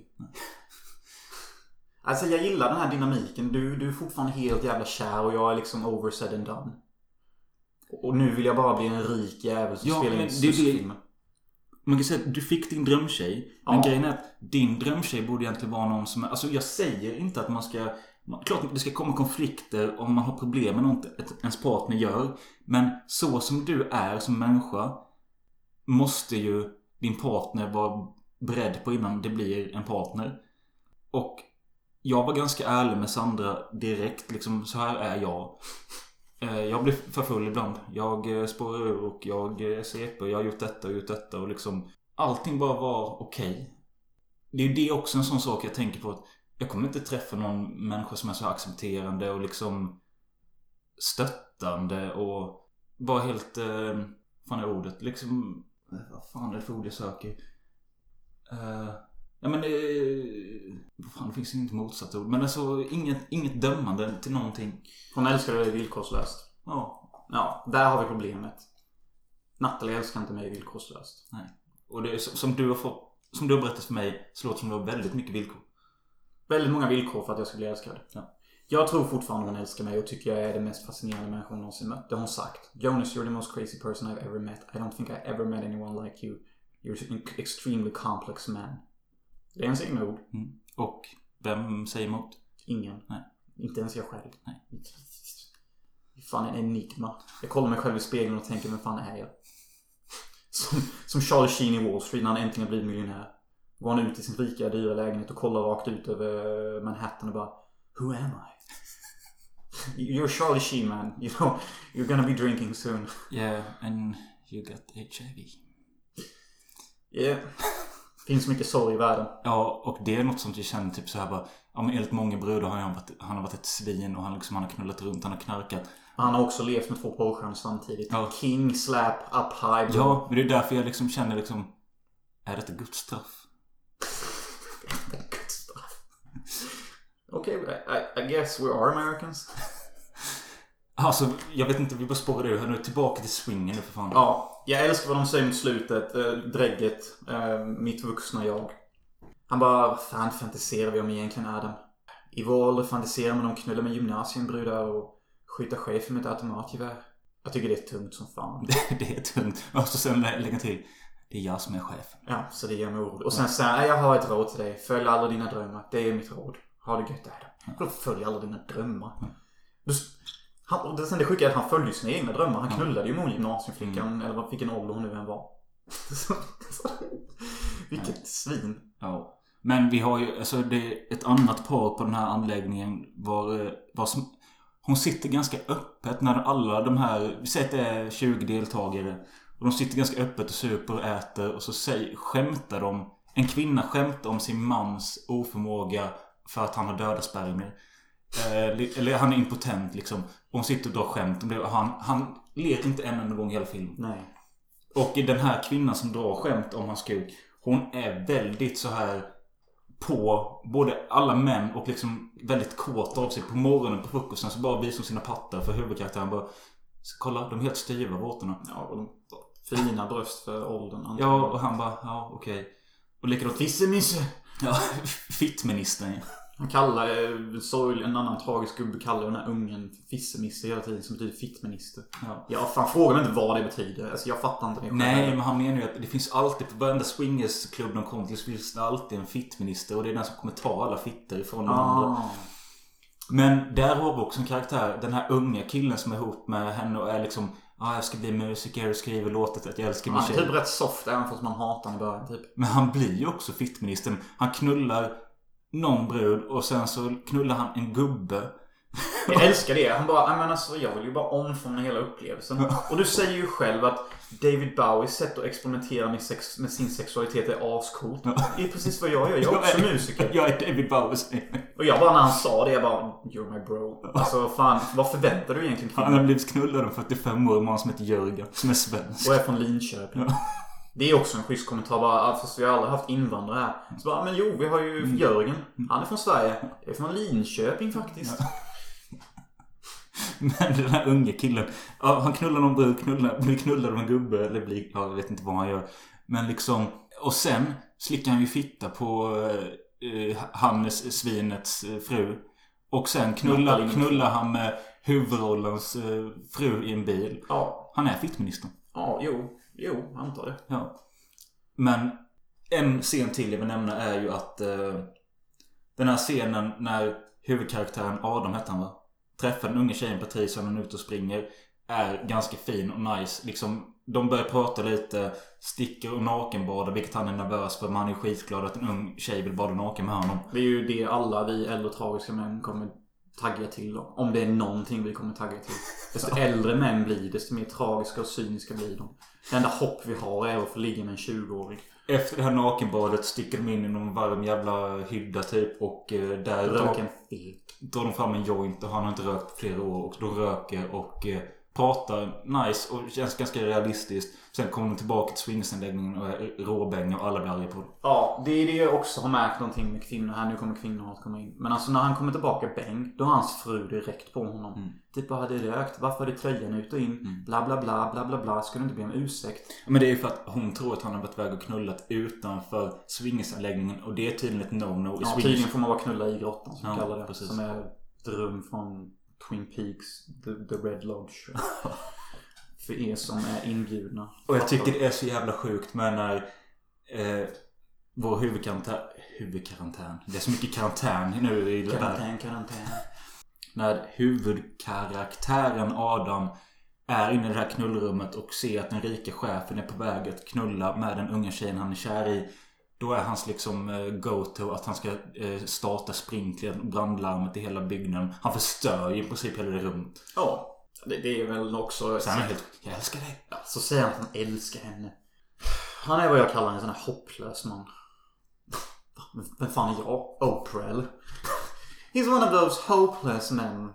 Alltså jag gillar den här dynamiken. Du, du är fortfarande helt jävla kär och jag är liksom over said and done. Och nu vill jag bara bli en rik jävel som ja, spelar in susfilm. Man kan säga att du fick din drömtjej. Men ja. Grejen är att din drömtjej borde egentligen vara någon som är... Alltså jag säger inte att man ska... Klart det ska komma konflikter om man har problem med något ens partner gör. Men så som du är som människa måste ju din partner vara beredd på innan det blir en partner. Och jag var ganska ärlig med Sandra direkt. Liksom, så här är jag. Jag blir för full ibland. Jag spårar ur och jag sveper. Jag har gjort detta och gjort detta. Och liksom, allting bara var okej. Okay. Det är ju det också en sån sak jag tänker på. Att jag kommer inte träffa någon människa som är så accepterande och liksom stöttande. Och bara helt... Eh, fan är ordet? Liksom... Vad fan är det för ord jag söker? Uh, ja men... Eh, vad fan, det finns inget motsatt ord. Men alltså inget, inget dömande till någonting. Hon älskar dig villkorslöst. Ja. Ja, där har vi problemet. Natalie älskar inte mig villkorslöst. Nej. Och det är som du har fått, som du har berättat för mig, så låter som du har väldigt mycket villkor. Väldigt många villkor för att jag ska bli älskad. Ja. Jag tror fortfarande hon älskar mig och tycker jag är den mest fascinerande människan hon någonsin mött. Det har hon sagt. Jonas, you're the most crazy person I've ever met. I don't think I ever met anyone like you. You're an extremely complex man. Det är ens egna ord. Mm. Och vem säger emot? Ingen. Nej. Inte ens jag själv. Nej. Fan, en enigma. Jag kollar mig själv i spegeln och tänker, vem fan är jag? Som, som Charlie Sheen i Wall Street när han äntligen blivit miljonär. går han ut i sin rika dyra lägenhet och kollar rakt ut över Manhattan och bara Who am I? You're Charlie Sheen, man. You know, you're gonna be drinking soon. Yeah, and you got H I V. Yeah. Finns mycket sorg i världen. Ja, och det är något som jag känner typ så här bara, ja, men enligt många brudar har han varit, han har varit ett svin och han, liksom, han har knullat runt, han har knarkat. Han har också levt med två porrstjärnor samtidigt. Ja. King slap up high. Bro. Ja, men det är därför jag liksom känner liksom, är det Guds straff? Guds straff. Okej, okay, I, I guess we are Americans. Alltså, jag vet inte, vi bara spårar ur. Nu tillbaka till swingen nu för fan. Ja, jag älskar vad de säger mot slutet. Äh, drägget. Äh, mitt vuxna jag. Han bara, vad fan fantiserar vi om egentligen, Adam? I vår ålder fantiserar man om knullar med gymnasienbrudar och skjuta chefen med ett automatgevär. Jag tycker det är tungt som fan. det, det är tungt. Och så sen lägga till, det är jag som är chefen. Ja, så det gör mig orolig. Och sen säger han, jag har ett råd till dig. Följ alla dina drömmar. Det är mitt råd. Ha det gött, Adam. Då följ alla dina drömmar. Du... Han, och det, sen det sjuka är att han följde sina egna drömmar. Han knullade ju med gymnasieflickan. Mm. Eller vilken ålder hon nu än var. Vilket ja. svin. Ja. Men vi har ju, alltså det är ett annat par på den här anläggningen. Var, var som, hon sitter ganska öppet när alla de här, vi säger att det är tjugo deltagare. Och de sitter ganska öppet och super och äter. Och så säger, skämtar de, en kvinna skämtar om sin mans oförmåga för att han har döda spermier. Eh, eller han är impotent liksom. Och hon sitter och drar skämt om det. Han, han ler inte en enda gång i hela filmen. Nej. Och den här kvinnan som drar skämt om hans kuk, hon är väldigt så här på både alla män och liksom väldigt kåt av sig. På morgonen på frukosten så bara visar hon sina pattar för huvudkaraktären bara, kolla, de är helt styva vårtorna. Ja, och de fina bröst för åldern. Antagligen. Ja, och han bara, ja okej okay. Och likadant fissemisse. Ja, fittministern. Han kallar eh, sorg, en annan tragisk gubbe kallar den här ungen fissemisse hela tiden, som betyder fittminister. Ja. Jag fan frågar mig inte vad det betyder. Alltså jag fattar inte det. Nej, men han menar ju att det finns alltid på varenda swingersklubb de kommer till, så finns det alltid en fittminister. Och det är den som kommer ta alla fitter ifrån de ah. andra. Men där har vi också en karaktär, den här unga killen som är ihop med henne och är liksom, ja ah, jag ska bli musiker och skriver låtet att jag älskar min tjej. Han är typ rätt soft även fast man hatar honom i början typ. Men han blir ju också fittministern. Han knullar någon brud och sen så knullar han en gubbe. Jag älskar det. Han bara, men alltså jag vill ju bara omfamna hela upplevelsen. Och du säger ju själv att David Bowies sätt att experimentera med, sex, med sin sexualitet är ascoolt. Det är precis vad jag gör. Jag är också jag är, musiker. Jag är David Bowies. Och jag bara, när han sa det, jag bara, you're my bro. Alltså fan, vad förväntar du egentligen kvinnor? Han har blivit knullad om fyrtiofem år, man som heter Jörgen, som är svensk. Och är från Linköping. Ja. Det är också en schysst kommentar bara, fast vi har aldrig haft invandrare här. Så bara, men jo, vi har ju Jörgen. Han är från Sverige. Jag är från Linköping faktiskt. Ja. Men den här unga killen, ja, han knullar någon brud, knullar, blir knullad av en gubbe eller blir, ja, jag vet inte vad han gör. Men liksom, och sen slickar han ju fitta på eh, Hannes svinets eh, fru. Och sen knullar, knullar han med huvudrollens eh, fru i en bil. Ja. Han är fittministern. Ja, jo, jo, antar det. Ja. Men en scen till jag vill nämna är ju att eh, den här scenen när huvudkaraktären Adam heter han va? Träffar den unga tjejen Patricia när hon är ute och springer är ganska fin och nice. Liksom, de börjar prata lite, sticker och nakenbada, vilket han är nervös för. Man är skitglad att en ung tjej vill bada naken med honom. Det är ju det alla vi äldre tragiska män kommer tagga till då. Om det är någonting vi kommer tagga till. Desto ja. äldre män blir, desto mer tragiska och cyniska blir de. Det enda hopp vi har är att få ligga med en tjugo-årig. Efter det här nakenbadet sticker de in i någon varm jävla hydda typ. Och eh, där drar, drar de fram en joint och han har inte rökt på flera år. Och då röker och eh, pratar nice och känns ganska realistiskt. Sen kommer de tillbaka till swingsanläggningen och är råbänga och alla blir arga på det. Ja, det är det jag också har märkt någonting med kvinnor här. Nu kommer kvinnor att komma in. Men alltså när han kommer tillbaka bäng, då har hans fru direkt på honom. Mm. Typ, vad hade rökt? Varför hade tröjan ut och in? Mm. Bla bla bla bla bla bla. Skulle inte be om ursäkt. Men det är ju för att hon tror att han har varit väg och knullat utanför swingersanläggningen. Och det är tydligen ett no-no. Ja, tydligen får man bara knulla i grottan som ja, kallar det. Precis. Som är ett rum från Twin Peaks, The, the Red Lodge. För er som är inbjudna. Och jag tycker det är så jävla sjukt med när eh, vår huvudkarantän huvudkarantän. Det är så mycket karantän nu i det här. Karantän, karantän. När huvudkaraktären Adam är inne i det här knullrummet och ser att den rika chefen är på väg att knulla med den unga tjejen han är kär i. Då är hans liksom go-to att han ska starta sprinkler, brandlarmet i hela byggnaden. Han förstör ju i princip hela det rummet. Ja, det, det är väl också... Så han är helt, jag älskar dig. Ja, så säger han att han älskar henne. Han är vad jag kallar en sån här hopplös man. Vem fan är jag? Oprah eller? He's one of those hopeless men.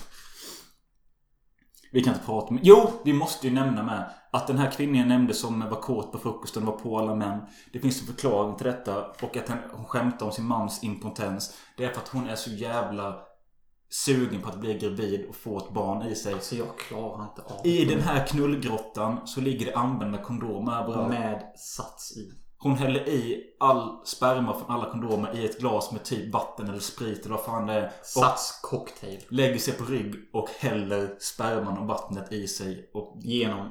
Vi kan inte prata med... Jo, vi måste ju nämna med att den här kvinnan jag nämnde som var kåt på frukosten var på alla män. Det finns en förklaring till detta. Och att hon skämtar om sin mans impotens. Det är för att hon är så jävla sugen på att bli gravid och få ett barn i sig. Så jag klarar inte av. I den här knullgrottan så ligger det använda kondomer överallt. Med sats i. Hon häller i all sperma från alla kondomer i ett glas med typ vatten eller sprit eller vad fan det är. Sats cocktail. Lägger sig på rygg och häller sperman och vattnet i sig. Och genom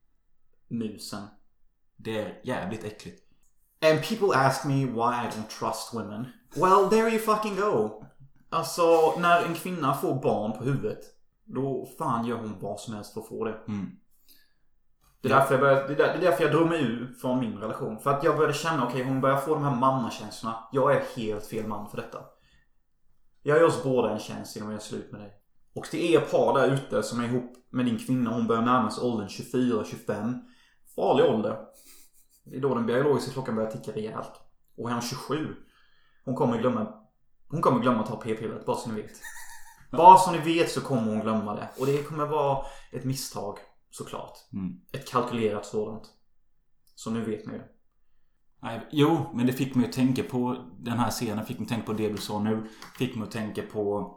musen. Det är jävligt äckligt. And people ask me why I don't trust women. Well, there you fucking go. Alltså, när en kvinna får barn på huvudet, då fan gör hon vad som helst för att få det. Mm. Det, är därför jag började, det, är där, det är därför jag drog mig ur från min relation. För att jag började känna, okej, okay, hon börjar få de här mammakänslorna. Jag är helt fel man för detta. Jag gör oss båda en tjänst innan jag är slut med dig. Och det är par där ute som är ihop med din kvinna. Hon börjar närma sig åldern tjugofyra tjugofem. Farlig ålder. Det är då den biologiska klockan börjar ticka rejält. Och är hon tjugosju. Hon kommer glömma Hon kommer glömma att ta p-pillret, bara så ni vet. Bara så ni vet så kommer hon glömma det. Och det kommer vara ett misstag, såklart. Mm. Ett kalkylerat sådant. Så nu vet ni det. Nej, jo, men det fick mig att tänka på den här scenen. Fick mig att tänka på det du sa nu. Fick mig att tänka på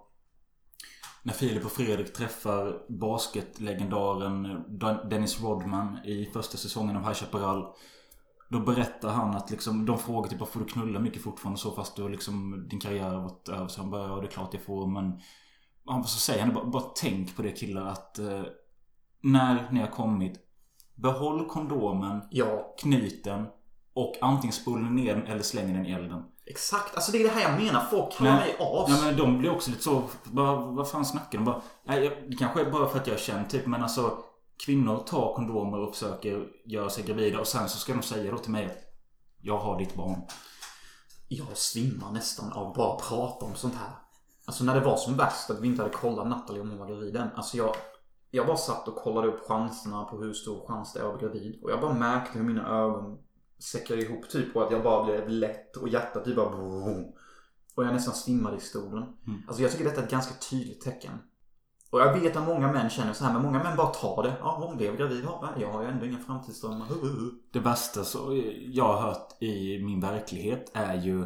när Filip och Fredrik träffar basketlegendaren Dennis Rodman i första säsongen av High Chaparral. Då berättar han att liksom, de frågar typ, får du knulla mycket fortfarande så fast du liksom, din karriär har varit över. Så han bara, ja det är klart jag får. Men han så säger han bara, bara tänk på det killar att eh, när ni har kommit, behåll kondomen, ja. Knyt den och antingen spola ner den eller slänger den i elden. Exakt, alltså det är det här jag menar. Folk kallar mig as. Ja, men de blir också lite så, bara, vad fan snackar de? Bara, nej, det kanske är bara för att jag känner typ, men alltså kvinnor tar kondomer och försöker göra sig gravida och sen så ska de säga då till mig att jag har ditt barn. Jag svimmar nästan av bara att prata om sånt här. Alltså när det var som värst att vi inte hade kollat Natalie om hon var gravid. Alltså jag, jag bara satt och kollade upp chanserna på hur stor chans det är att bli gravid. Och jag bara märkte hur mina ögon säckade ihop typ på att jag bara blev lätt och hjärtat typ bara brum. Och jag nästan svimmade i stolen. Mm. Alltså jag tycker detta är ett ganska tydligt tecken. Och jag vet att många män känner så här, men många män bara tar det. Ja, hon blev gravid. Ja, jag har ju ändå inga framtidsdrömmar. Det bästa så jag har hört i min verklighet är ju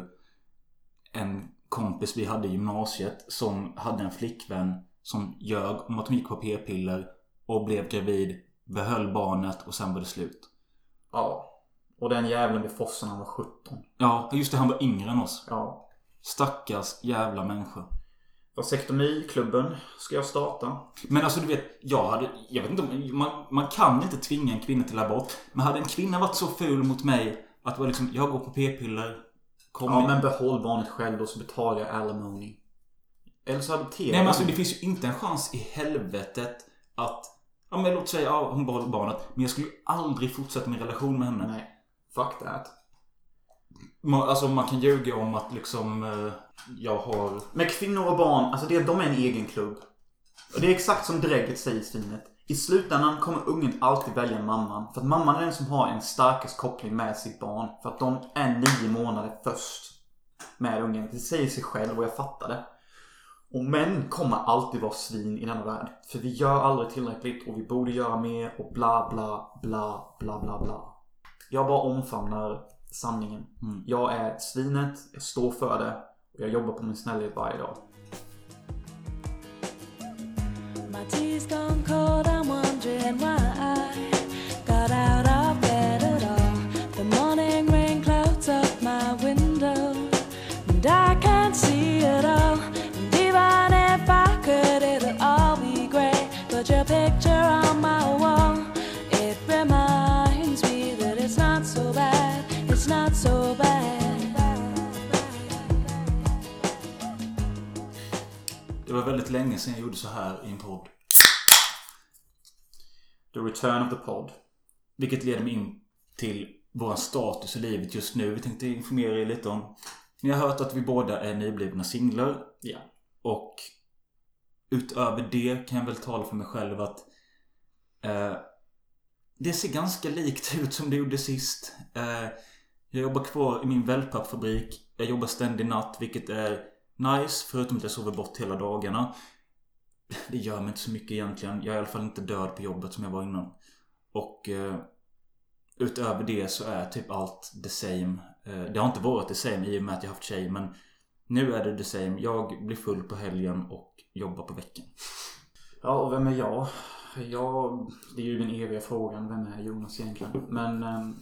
en kompis vi hade i gymnasiet som hade en flickvän som ljög om att hon gick på p-piller och blev gravid, behöll barnet och sen var det slut. Ja, och den jävlen blev fossen han var sjutton. Ja, just det, han var yngre än oss. Ja. Stackars jävla människa. Vasektomiklubben ska jag starta. Men alltså du vet, jag hade, jag vet inte, man, man kan inte tvinga en kvinna till abort. Men hade en kvinna varit så ful mot mig att var liksom, jag går på p-piller. Ja, in. Men behåll barnet själv då så betalar jag alimony. Eller så adopterar. Nej, men alltså det finns ju inte en chans i helvetet att, ja men låt säga, ja hon behåller barnet. Men jag skulle ju aldrig fortsätta min relation med henne. Nej, fuck that. Man, alltså man kan ljuga om att liksom eh, jag har... Men kvinnor och barn, alltså det, de är en egen klubb. Och det är exakt som Drägget säger i svinet. I slutändan kommer ungen alltid välja mamman. För att mamman är den som har en starkast koppling med sitt barn. För att de är nio månader först med ungen. Det säger sig själv och jag fattar det. Och män kommer alltid vara svin i denna värld. För vi gör aldrig tillräckligt och vi borde göra mer och bla bla bla bla bla bla. Jag bara omfamnar sanningen. Mm. Jag är svinet, jag står för det och jag jobbar på min snällhet varje dag. My tea's gone cold, I'm wondering why I got out of bed at all. The morning rain clouds up my window and I can't see it all. And even if I could, it'll all be great. But your picture on my wall, it reminds me that it's not so bad. It's not so bad. Det var väldigt länge sedan jag gjorde så här i en podd. The return of the pod. Vilket leder mig in till vår status i livet just nu. Vi tänkte informera er lite om. Ni har hört att vi båda är nyblivna singlar. Ja. Och utöver det kan jag väl tala för mig själv att eh, det ser ganska likt ut som det gjorde sist. Eh, jag jobbar kvar i min wellpappfabrik. Jag jobbar ständig natt, vilket är nice, förutom att jag sover bort hela dagarna. Det gör mig inte så mycket egentligen. Jag är i alla fall inte död på jobbet som jag var innan. Och eh, utöver det så är typ allt the same. eh, Det har inte varit the same i och med att jag har haft tjej, men nu är det the same. Jag blir full på helgen och jobbar på veckan. Ja, och vem är jag? jag det är ju den eviga frågan. Vem är Jonas egentligen? Men um,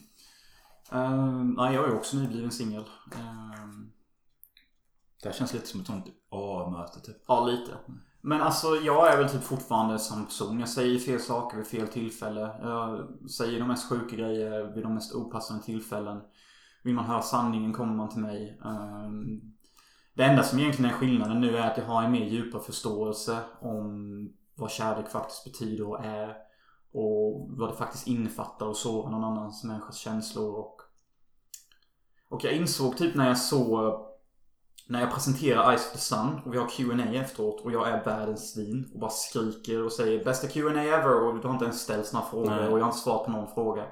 um, nej, jag är också nybliven singel. um, Det här känns lite som ett sånt A-möte typ. Ja, lite. Men alltså jag är väl typ fortfarande samma person. Jag säger fel saker vid fel tillfälle. Jag säger de mest sjuka grejer vid de mest opassande tillfällen. Vill man höra sanningen kommer man till mig. um, Det enda som egentligen är skillnaden nu är att jag har en mer djupare förståelse om vad kärlek faktiskt betyder och är. Och vad det faktiskt innefattar att såra någon annans människas känslor. Och, och jag insåg typ när jag såg, när jag presenterar Eyes of the Sun och vi har Q and A efteråt och jag är världens svin och bara skriker och säger bästa Q and A ever och du har inte ens ställt några frågor. Nej. Och jag har inte svarat på någon fråga.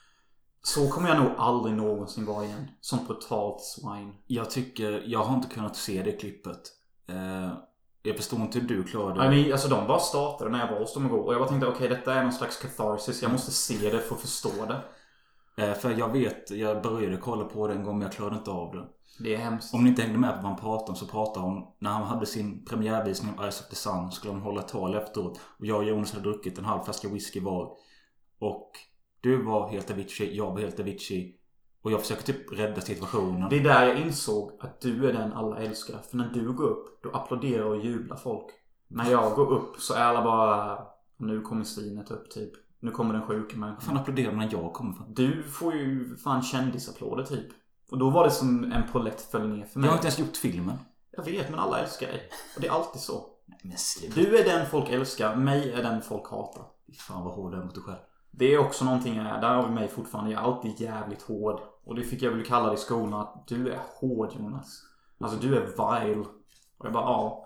Så kommer jag nog aldrig någonsin vara igen. Som brutalt swine. Jag tycker, jag har inte kunnat se det klippet. eh, Jag förstår inte hur du klarade det. I mean, alltså de bara startade när jag var hos dem igår. Och jag bara tänkte, okej, okay, detta är någon slags catharsis. Jag måste se det för att förstå det. eh, För jag vet, jag började kolla på det en gång men jag klarade inte av det. Det är hemskt. Om ni inte hängde med på vad han pratade om, så pratade hon, när han hade sin premiärvisning av Eyes of the Sun, skulle han hålla tal efteråt. Och jag och Jonas hade druckit en halv flaska whisky var. Och du var helt Avicii, jag var helt Avicii. Och jag försöker typ rädda situationen. Det är där jag insåg att du är den alla älskar. För när du går upp, då applåderar och jublar folk. När jag går upp så är alla bara, nu kommer svinet upp typ. Nu kommer den sjuka människan. Vad fan applåderar när jag kommer från? Du får ju fan kändisapplåder typ. Och då var det som en polett föll ner för mig. Jag har inte ens gjort filmen. Jag vet, men alla älskar dig. Och det är alltid så. Men du är den folk älskar, mig är den folk hatar. Fan vad hård jag är mot dig själv. Det är också någonting jag är. Där har vi mig fortfarande. Jag är alltid jävligt hård. Och det fick jag väl kalla det i skolan. Att du är hård, Jonas. Alltså du är vile. Och jag bara, ja.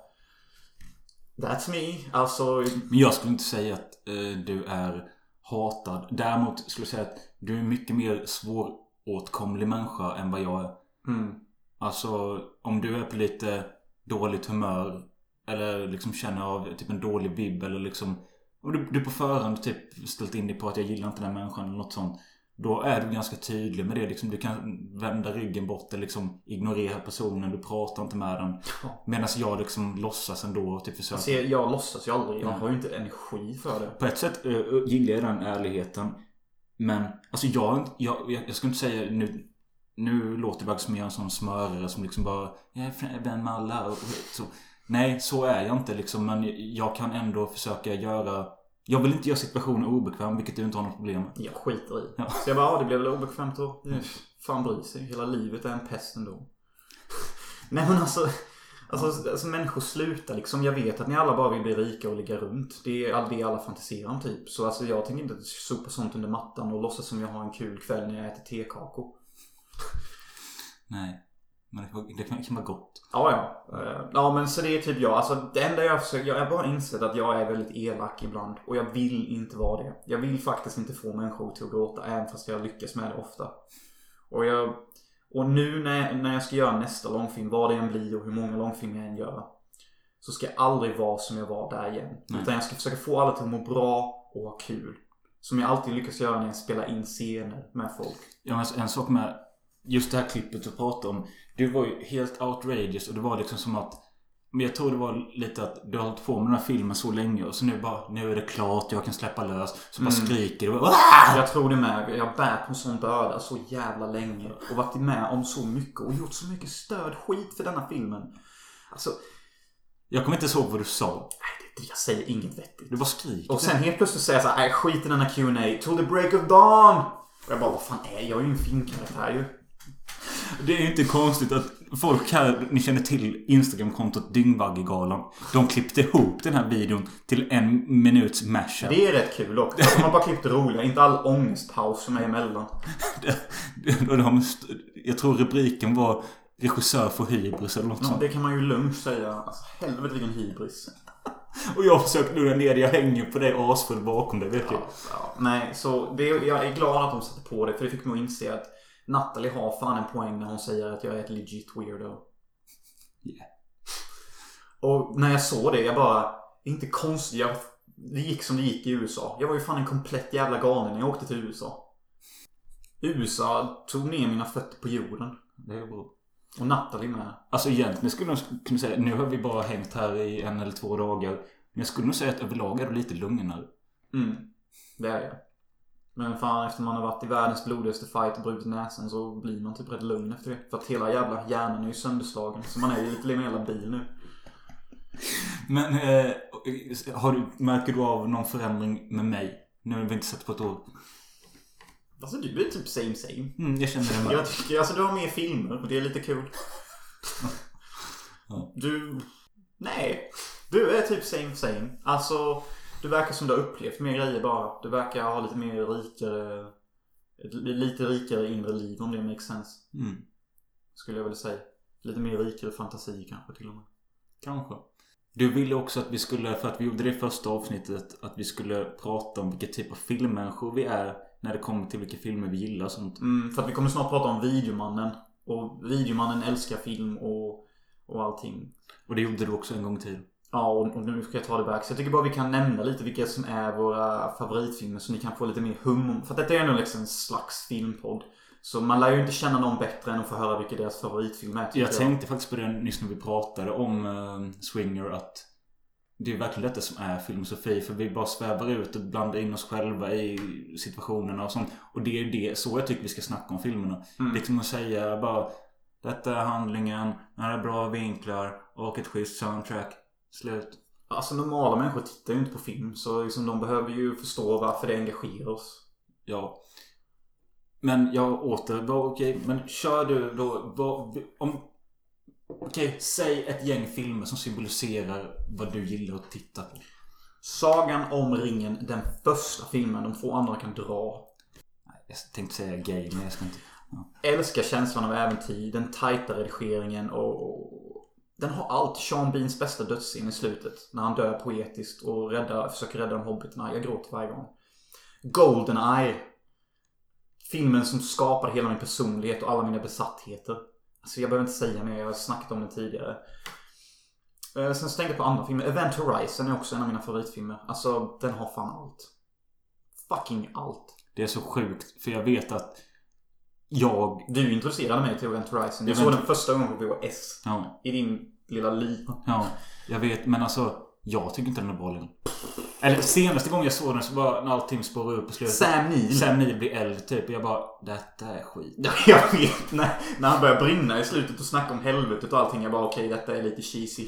That's me. Alltså. Men jag skulle inte säga att eh, du är hatad. Däremot skulle jag säga att du är mycket mer svåråtkomlig människa än vad jag är. Mm. Alltså om du är på lite dåligt humör. Eller liksom känner av typ en dålig vibb. Eller liksom, om du, du på förhand typ ställt in dig på att jag gillar inte den här människan eller något sånt. Då är du ganska tydlig med det. Liksom, du kan vända ryggen bort eller liksom ignorera personen. Du pratar inte med den. Medan jag liksom låtsas ändå och typ försöker. Alltså, jag, jag låtsas ju aldrig. Jag har ju inte energi för det. På ett sätt uh, gillar jag den ärligheten. Men alltså jag, jag, jag, jag ska inte säga nu, nu låter det bara som jag är en sån smörare som liksom bara, jag är vän med alla och, och så. Nej, så är jag inte liksom. Men jag kan ändå försöka göra. Jag vill inte göra situationen obekväm, vilket du inte har något problem med. Jag skiter i. Ja. Så jag bara, ja, det blev väl obekvämt då. Fan bryr sig. Hela livet är en pest ändå. Nej men alltså, alltså, alltså människor slutar liksom. Jag vet att ni alla bara vill bli rika och ligga runt. Det är det alla fantiserar om typ. Så alltså jag tänker inte sopa sånt under mattan och låtsas som jag har en kul kväll när jag äter tekakor. Nej. Men det kan, det kan vara gott. Ja, ja. Ja, men så det är typ jag. Alltså det enda jag försöker, jag har bara insett att jag är väldigt elak ibland. Och jag vill inte vara det. Jag vill faktiskt inte få människor till att gråta. Även fast jag lyckas med det ofta. Och jag Och nu när, när jag ska göra nästa långfilm, vad det än blir och hur många långfilmer jag än gör, så ska jag aldrig vara som jag var där igen. Nej. Utan jag ska försöka få alla till att må bra och ha kul. Som jag alltid lyckas göra när jag spelar in scener med folk. Ja, men en sak med just det här klippet du pratade om. Du var ju helt outrageous och det var liksom som att, men jag tror det var lite att du har hållit på med den här filmen så länge och så nu bara, nu är det klart, jag kan släppa lös. Så bara mm. skriker du. Jag tror det med. Jag har bär på en sån börda så jävla länge och varit med om så mycket och gjort så mycket stöd skit för denna filmen. Alltså, jag kommer inte ihåg vad du sa. Nej, jag säger inget vettigt. Du bara skriker. Och sen helt plötsligt säger jag så här, nej, skit i denna Q and A till the break of dawn. Och jag bara, vad fan är jag? Jag är ju en filmkaraktär ju. Det är ju inte konstigt att folk här, ni känner till Instagram-kontot Dyngvaggegalan. De klippte ihop den här videon till en minuts mashup. Det är rätt kul också. Man bara klippte roliga, inte all ångestpaus som är emellan. det, Jag tror rubriken var regissör för hybris eller något ja, sånt. det kan man ju lugnt säga. Alltså, helvete vilken hybris. Och jag försöker lugna ner det. Jag hänger på dig asfull bakom det, vet ja, du. Ja. Nej, så det, jag är glad att de satte på det. För det fick mig att inse att Natalie har fan en poäng när hon säger att jag är ett legit weirdo. Yeah. Och när jag såg det, jag bara... Det är inte konstigt. Jag, det gick som det gick i U S A. Jag var ju fan en komplett jävla galen när jag åkte till U S A. U S A tog ner mina fötter på jorden. Det är bra. Och Natalie med. Alltså egentligen skulle jag kunna säga, nu har vi bara hängt här i en eller två dagar. Men jag skulle nog säga att överlag är det lite lugnare. Mm, det är det. Men fan, efter man har varit i världens blodigaste fight och brutit näsan så blir man typ rätt lugn efter det. För att hela jävla hjärnan är ju sönderslagen. Så man är ju lite mer labil nu. Men eh, har du, märker du av någon förändring med mig? Nu har vi inte sett på ett år. Alltså du är typ same same. Mm, jag känner det med. Jag tycker, alltså du har mer filmer och det är lite kul. Ja. Du... Nej. Du är typ same same. Alltså, du verkar som du har upplevt mer grejer bara. Du verkar ha lite mer rikare... Ett lite rikare inre liv om det makes sense. Mm. Skulle jag väl säga. Lite mer rikare fantasi kanske till och med. Kanske. Du ville också att vi skulle, för att vi gjorde det i första avsnittet, att vi skulle prata om vilken typ av filmmänniskor vi är när det kommer till vilka filmer vi gillar och sånt. Mm, för att vi kommer snart prata om Videomannen. Och Videomannen älskar film och, och allting. Och det gjorde du också en gång till. Ja, och, och nu ska jag ta det back. Så jag tycker bara vi kan nämna lite vilka som är våra favoritfilmer så ni kan få lite mer hum om. För att detta är ändå liksom en slags filmpodd. Så man lär ju inte känna någon bättre än att få höra vilka deras favoritfilm är. Jag, jag tänkte faktiskt på det nyss när vi pratade om uh, Swinger, att det är verkligen detta som är filmosofi. För vi bara svävar ut och blandar in oss själva i situationerna och sånt. Och det är det, så jag tycker vi ska snacka om filmerna. Mm. Liksom att säga bara, detta är handlingen, här är bra vinklar och ett schysst soundtrack. Slut. Alltså normala människor tittar ju inte på film. Så liksom, de behöver ju förstå varför det engagerar oss. Ja. Men jag åter, var okej, men kör du då, var, om, okej, säg ett gäng filmer som symboliserar vad du gillar att titta på. Sagan om ringen, den första filmen, de två andra kan dra. Jag tänkte säga gay, men jag ska inte. Ja. Älskar känslan av äventyr, den tajta redigeringen och den har allt. Sean Beans bästa dödsscen i slutet när han dör poetiskt och räddar, försöker rädda de hobbiterna. Jag gråter varje gång. GoldenEye. Filmen som skapar hela min personlighet och alla mina besattheter. Alltså jag behöver inte säga mer, jag har snackat om det tidigare. Sen så tänkte jag på andra filmer. Event Horizon är också en av mina favoritfilmer. Alltså den har fan allt. Fucking allt. Det är så sjukt, för jag vet att jag... Du introducerade mig till Event Horizon. Jag såg den första gången på V H S. Ja. I din lilla liv. Ja, jag vet, men alltså jag tycker inte den är bra längre. Eller senaste gången jag såg den så var när allting spårar upp på slutet. Sam Neill. Sam Neill blir eld typ. Och jag bara, detta är skit. Ja, jag vet. När, när han börjar brinna i slutet och snacka om helvetet och allting. Jag bara, okej, okay, detta är lite cheesy.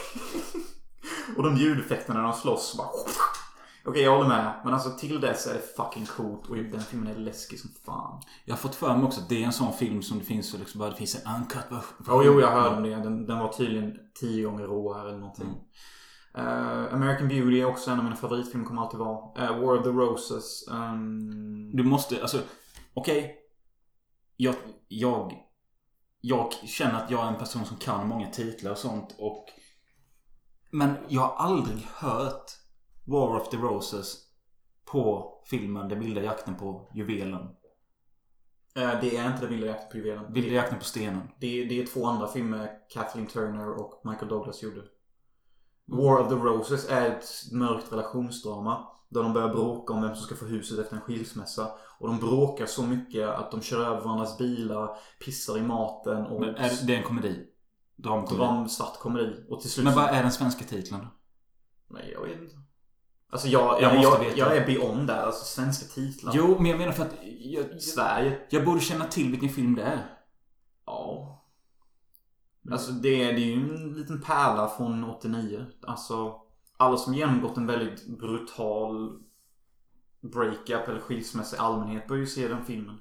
Och de ljudeffekterna när de slåss bara... Okej, okay, jag håller med. Men alltså till dess är det fucking coolt. Och den filmen är läskig som fan. Jag har fått för mig också att det är en sån film som det finns så liksom bara, det finns en uncut version. Oh, jo, jag hörde om det. Den, den var tydligen tio gånger råare eller någonting. Mm. Uh, American Beauty är också en av mina favoritfilmer, kommer alltid vara. uh, War of the Roses. um... Du måste, alltså okej okay. jag, jag Jag känner att jag är en person som kan många titlar och sånt och, men jag har aldrig hört War of the Roses på filmen Den vilda jakten på juvelen. uh, Det är inte Den vilda jakten på juvelen. Vilda jakten på stenen. Det, det är två andra filmer Kathleen Turner och Michael Douglas gjorde. War of the Roses är ett mörkt relationsdrama där de börjar bråka om vem som ska få huset efter en skilsmässa. Och de bråkar så mycket att de kör över varandras bilar, pissar i maten. Och men är det en komedi? Dramkomedi? Dram, svart komedi. Och till slut... Men vad är den svenska titeln? Nej, jag vet inte. Alltså jag, jag, jag, jag, jag, jag är beyond där, alltså svenska titlar. Jo, men jag menar för att jag, Sverige. Jag borde känna till vilken film det är. Ja. Alltså det är, det är ju en liten pärla från åttionio. Alltså alla som genomgått en väldigt brutal breakup eller skilsmässa i allmänhet bör ju se den filmen.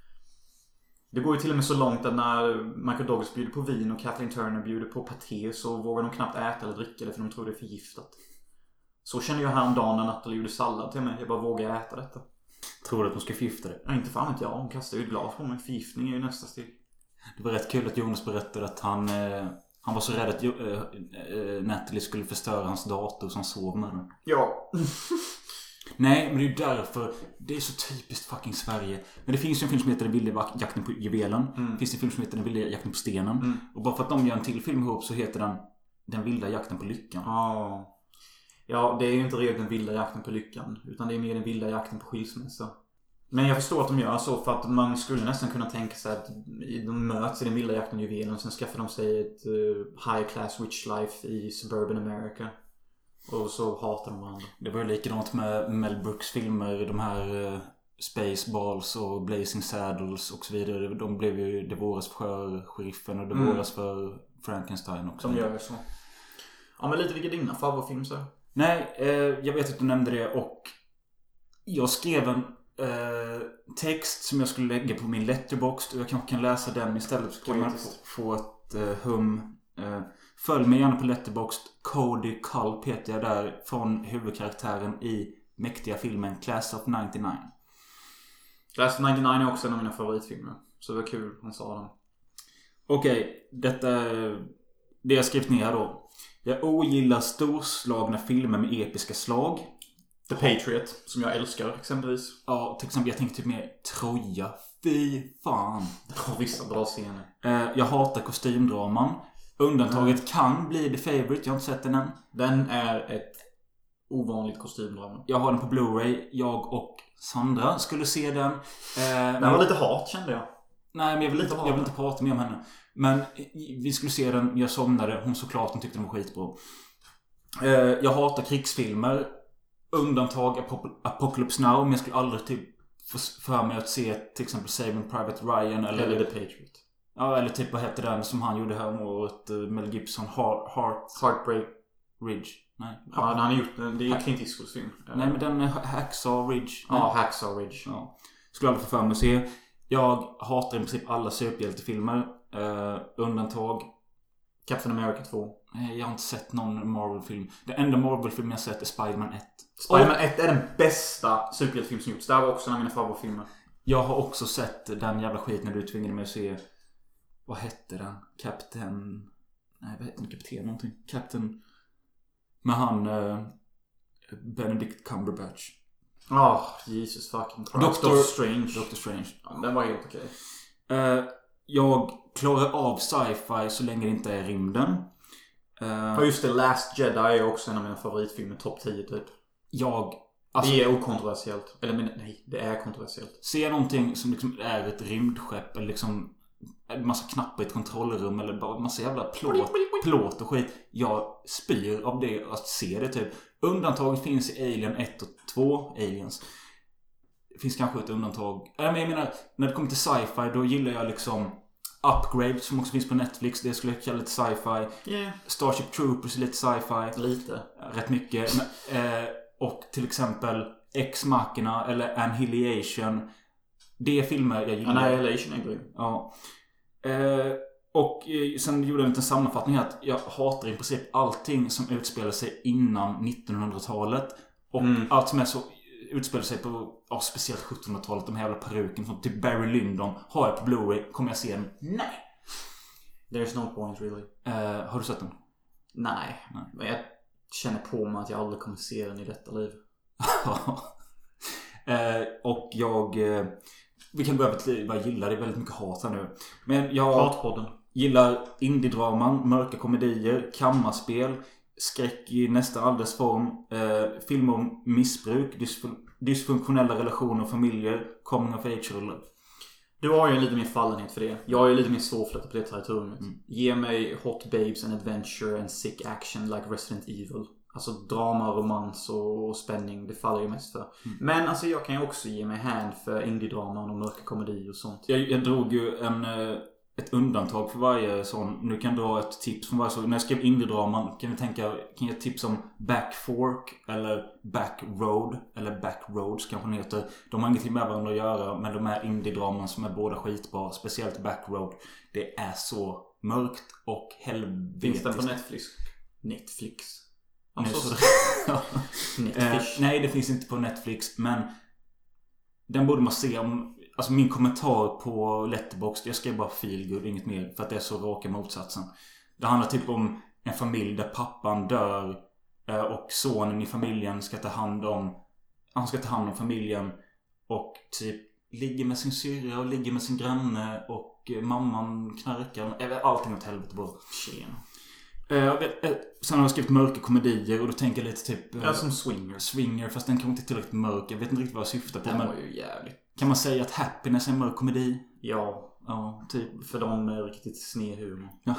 Det går ju till och med så långt att när Michael Douglas bjuder på vin och Kathleen Turner bjuder på paté så vågar de knappt äta eller dricka det för de tror det är förgiftat. Så känner jag häromdagen när Natalie gjorde sallad till mig. Jag bara vågar äta detta. Tror du att hon ska förgifta dig? Ja, inte fan inte jag. Hon kastar ju ett glas på mig. Förgiftning är ju nästa steg. Det var rätt kul att Jonas berättade att han eh, Han var så rädd att äh, Natalie skulle förstöra hans dator så han sov med den. Ja. Nej, men det är ju därför. Det är så typiskt fucking Sverige. Men det finns ju en film som heter Den vilda jakten på juvelen. Mm. Det finns en film som heter Den vilda jakten på stenen. Mm. Och bara för att de gör en till film ihop så heter den Den vilda jakten på lyckan. Ja. Ja, det är ju inte redan Den vilda jakten på lyckan. Utan det är mer Den vilda jakten på skilsmässa. Men jag förstår att de gör så, för att man skulle nästan kunna tänka sig att de möts i Den vilda jakten på juvelen och sen skaffar de sig ett uh, high class rich life i suburban America. Och så hatar de varandra. Det var ju likadant med Mel Brooks filmer, de här uh, Spaceballs och Blazing Saddles och så vidare. De blev ju det våras för sheriffen och det våras mm. för Frankenstein också. De gör ju så. Ja, men lite vilka dina favoritfilm så? Nej, eh, jag vet att du nämnde det och jag skrev en eh, text som jag skulle lägga på min Letterboxd och jag kanske kan läsa den istället så kan man få ett eh, hum. Eh, följ mig gärna på Letterboxd. Cody Culp heter jag där, från huvudkaraktären i mäktiga filmen Class of nittionio. Class of nittionio är också en av mina favoritfilmer. Så det var kul, han sa den. Okej, okay, detta det jag skrivit ner här då. Jag ogillar storslagna filmer med episka slag. The Patriot, som jag älskar exempelvis. Ja, till exempel jag tänkte typ mer Troja. Fy fan. Ja, vissa bra scener. eh, Jag hatar kostymdraman. Undantaget mm. kan bli The Favorite, jag har inte sett den än. Den är ett ovanligt kostymdrama. Jag har den på Blu-ray. Jag och Sandra skulle se den. eh, Den var lite hat, kände jag. Nej, men jag vill, inte, jag vill inte prata mer om henne. Men vi skulle se den, jag somnade. Hon såklart, hon tyckte den var skitbra. eh, Jag hatar krigsfilmer. Undantag Apop- Apocalypse Now. Men jag skulle aldrig typ för mig att se till exempel Saving Private Ryan. Eller, eller The Patriot. Ja, eller typ vad heter den som han gjorde här om året, Mel Gibson, Heart, Heart Heartbreak Ridge. Nej. Ja, han har gjort det är Clint Eastwoods film. Nej, men den är Hacksaw Ridge. Nej. Ja, Hacksaw Ridge. Ja. Skulle aldrig få för mig att se. Jag hatar i princip alla superhjältefilmer. Uh, undantag Captain America två. Nej, jag har inte sett någon Marvel-film. Den enda Marvel-film jag sett är Spider-Man ett. Spider-Man ett är den bästa superhjältefilm som gjorts. Det här var också en av mina favoritfilmer. Jag har också sett den jävla skit när du tvingade mig att se. Vad hette den? Captain... Nej, vad hette den? Kapten någonting. Captain... Med han... Uh, Benedict Cumberbatch. Ja, oh, Jesus fucking Christ. Doctor Strange. Doctor Strange. Ja, den var helt okej. Uh, jag klarar av sci-fi så länge det inte är rymden. Uh, ja, just det. Last Jedi är också en av mina favoritfilmer. Topp tio typ. Jag... Alltså, det är okontroversiellt. Eller men, nej, det är kontroversiellt. Ser någonting som liksom är ett rymdskepp eller liksom... en massa knappar i ett kontrollrum eller bara massa jävla plåt, plåt och skit. Jag spyr av det att se det typ. Undantaget finns i Alien ett och två. Aliens. Det finns kanske ett undantag. Nej, men jag menar, när det kommer till sci-fi då gillar jag liksom Upgrade som också finns på Netflix. Det skulle jag kalla lite sci-fi. Yeah. Starship Troopers är lite sci-fi. Lite. Rätt mycket. Men, eh, och till exempel Ex Machina eller Annihilation. Det är filmer jag gillar. Annihilation är grym. Ja. Eh, och eh, sen gjorde jag en liten sammanfattning här att jag hatar i princip allting som utspelar sig innan nittonhundratalet. Och mm. allt som är så utspelar sig på ja, speciellt sjuttonhundratalet. De här jävla peruken från typ Barry Lyndon. Har jag på Blu-ray, kommer jag se den? Nej. There's no point really. eh, Har du sett den? Nej. Nej. Men jag känner på mig att jag aldrig kommer se den i detta liv. eh, Och jag eh, vi kan gå över till vad jag gillar. Det är väldigt mycket hat här nu. Men jag Hatpodden. Gillar indie-draman, mörka komedier, kammarspel, skräck i nästan alldeles form, eh, filmer om missbruk, dysfun- dysfunktionella relationer och familjer, coming of age-rullar. Du har ju en lite mer fallenhet för det. Jag är ju lite mer svårflötad på det territoriet. Mm. Ge mig Hot Babes and Adventure and Sick Action like Resident Evil. Alltså drama, romans och spänning, det faller ju mest för. Mm. Men alltså jag kan ju också ge mig hand för indie-draman och mörka komedi och sånt. Jag, jag drog ju en, ett undantag för varje sån. Nu kan jag dra ett tips från varje sån. När jag skrev indie-draman kan vi tänka, kan jag tips om Backfork eller Backroad eller Backroads kanske den heter. De har ingenting med varandra att göra, men de är indie-draman som är båda skitbra. Speciellt Backroad. Det är så mörkt och helvetiskt. Finns den på Netflix? Netflix? Nu, så, eh, nej, det finns inte på Netflix. Men Den borde man se om... Alltså min kommentar på Letterboxd, jag skrev bara feel good, inget mer. För att det är så raka motsatsen. Det handlar typ om en familj där pappan dör. Och sonen i familjen ska ta hand om... Han ska ta hand om familjen. Och typ ligger med sin syrra och ligger med sin granne. Och mamman knarkar. Allting åt helvete bara. Tjena. Uh, sen har jag skrivit mörka komedier. Och då tänker jag lite typ uh, ja, som Swinger Swinger, fast den kanske inte är tillräckligt mörk. Jag vet inte riktigt vad jag syftar på. Den men var ju jävligt. Kan man säga att Happiness är en mörk komedi? Ja, ja typ. För de är riktigt sned humor. Ja.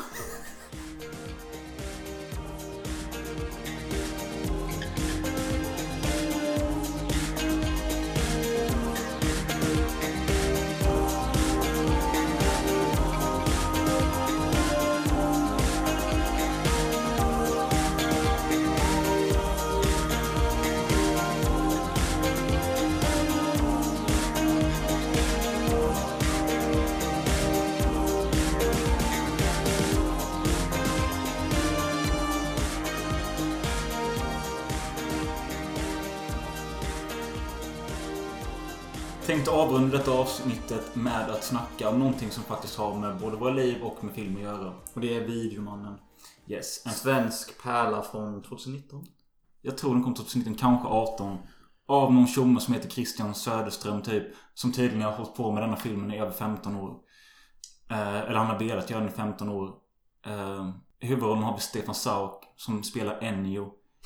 Tänkte avrunda detta avsnittet med att snacka om någonting som faktiskt har med både våra liv och med film att göra. Och det är Videomannen. Yes. En svensk pärla från tjugonitton. Jag tror den kom tjugonitton, kanske arton. Av någon tjomme som heter Christian Söderström typ. Som tydligen har hållit på med denna filmen i över femton år. Eh, eller han har velat göra den i femton år. Eh, huvudrollen har vi Stefan Sauk som spelar Ennio.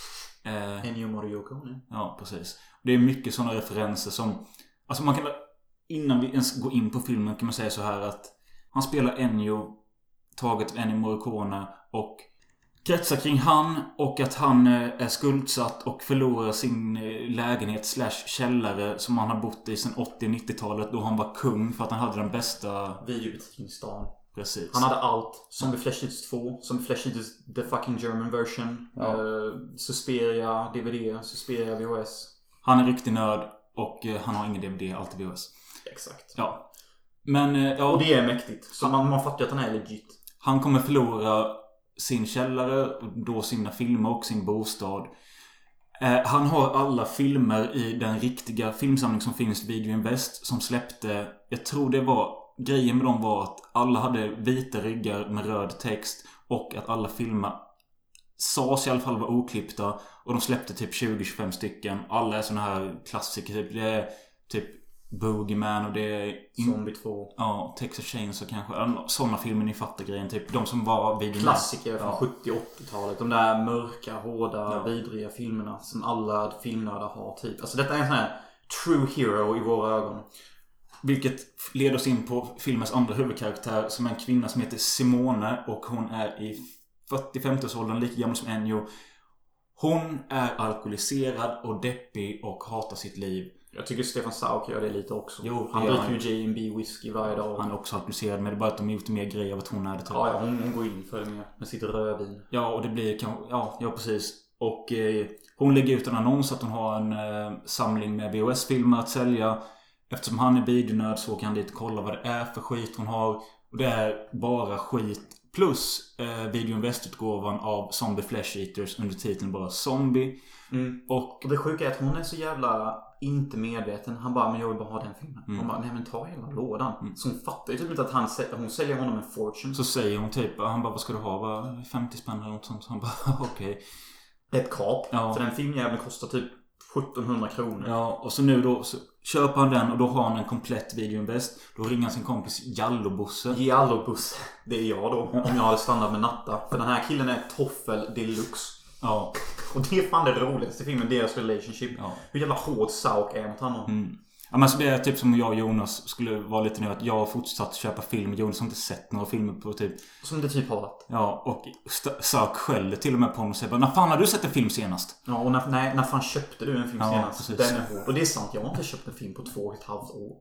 Eh, Ennio Morricone. Ja, precis. Det är mycket sådana referenser som... Alltså man kan... Innan vi ens går in på filmen kan man säga så här att... Han spelar Ennio, taget av Ennio Morricone, och kretsar kring han och att han är skuldsatt och förlorar sin lägenhet slash källare som han har bott i sedan åttio- och nittiotalet då han var kung för att han hade den bästa videobutiken i stan. Precis. Han hade allt. Zombie Flesh Eaters två, Zombie Flesh Eaters the fucking German version, ja. uh, Suspiria D V D, Suspiria V H S. Han är riktig nörd och uh, han har ingen D V D, alltid V H S. Exakt. Ja. Men uh, ja, och det är mäktigt. Så man, man fattar att han är legit. Han kommer förlora sin källare, då sina filmer och sin bostad. Eh, han har alla filmer i den riktiga filmsamling som finns i Video Invest som släppte, jag tror det var, grejen med dem var att alla hade vita ryggar med röd text och att alla filmer sades i alla fall var oklippta och de släppte typ tjugo till tjugofem stycken. Alla är såna här klassiker, typ, det är typ Boogeyman och det är in... Zombie två. Ja, Texas Chainsaw kanske. Sådana filmer ni fattar grejen. Typ de som var videon... klassiker från ja. sjuttio- och åttiotalet. De där mörka, hårda, ja. vidriga filmerna som alla filmnördar har typ. Alltså detta är en sån här true hero i våra ögon. Vilket leder oss in på filmens andra huvudkaraktär som är en kvinna som heter Simone och hon är i fyrtio-femtio-årsåldern lika gammal som Ennio. Hon är alkoholiserad och deppig och hatar sitt liv. Jag tycker Stefan Sauk gör det lite också. Jo, han dricker ju J and B whisky varje dag. Han är också alkoholiserad, men det är bara att de har gjort mer grejer av att hon är det. Ja, ja hon, hon går in för det med, med sitt rödvin. Ja, och det blir kanske... Ja, ja precis. Och eh, hon lägger ut en annons att hon har en eh, samling med V H S-filmer att sälja. Eftersom han är videonörd så kan han dit kolla vad det är för skit hon har. Och det är bara skit. Plus eh, Video Invest-utgåvan av Zombie Flesh Eaters under titeln bara Zombie. Mm. Och, och det sjuka är att hon är så jävla inte medveten. Han bara, men jag vill bara ha den filmen. Mm. Hon bara, nej men ta hela lådan. Mm. Så hon fattar ju typ inte att han, hon säljer honom en fortune. Så säger hon typ, han bara, vad ska du ha? Va? femtio spänn eller något sånt. Så han bara, okej. Okay. Ett kap. Ja. För den filmjäveln kostar typ sjuttonhundra kronor. Ja, och så nu då så köper han den och då har han en komplett Video Invest. Då ringer han sin kompis Jallobusse. Jallobusse, det är jag då. Ja. Om jag hade stannat med Natta. För den här killen är toffel deluxe. Ja. Och det är fan det roligaste i filmen, deras relationship. Ja. Hur jävla hård Sauk är mot honom. Mm. Ja, men så det är typ som jag och Jonas skulle vara lite nu att jag har fortsatt köpa film. Jonas har inte sett några filmer på typ... Som det typ har varit. Ja, och Sauk skäller till och med på honom och säger, när fan har du sett en film senast? Ja, och när, när, när fan köpte du en film ja, senast? Precis. Den är hård. Och det är sant, jag har inte köpt en film på två och ett halvt år.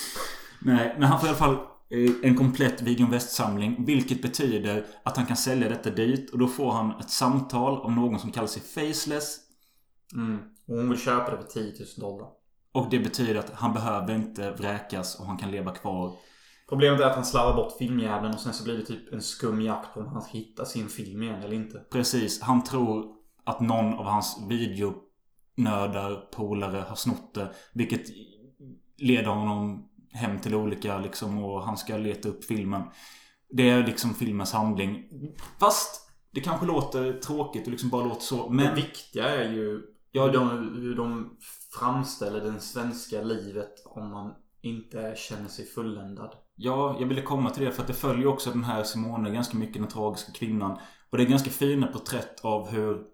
Nej, men han får i alla fall en komplett Video Invest-samling, vilket betyder att han kan sälja detta dit och då får han ett samtal om någon som kallar sig Faceless. Mm. Och hon vill köpa det för tio tusen dollar. Och det betyder att han behöver inte vräkas och han kan leva kvar. Problemet är att han slarvar bort filmjäveln och sen så blir det typ en skum jakt på om han ska hitta sin film igen eller inte. Precis, han tror att någon av hans videonördar, polare har snott det, vilket leda honom hem till olika liksom, och han ska leta upp filmen. Det är liksom filmens handling. Fast det kanske låter tråkigt och liksom bara låter så. Men det viktiga är ju ja, hur, de, hur de framställer den svenska livet om man inte känner sig fulländad. Ja, jag ville komma till det för att det följer också den här Simone ganska mycket, den tragiska kvinnan. Och det är ganska fina porträtt av hur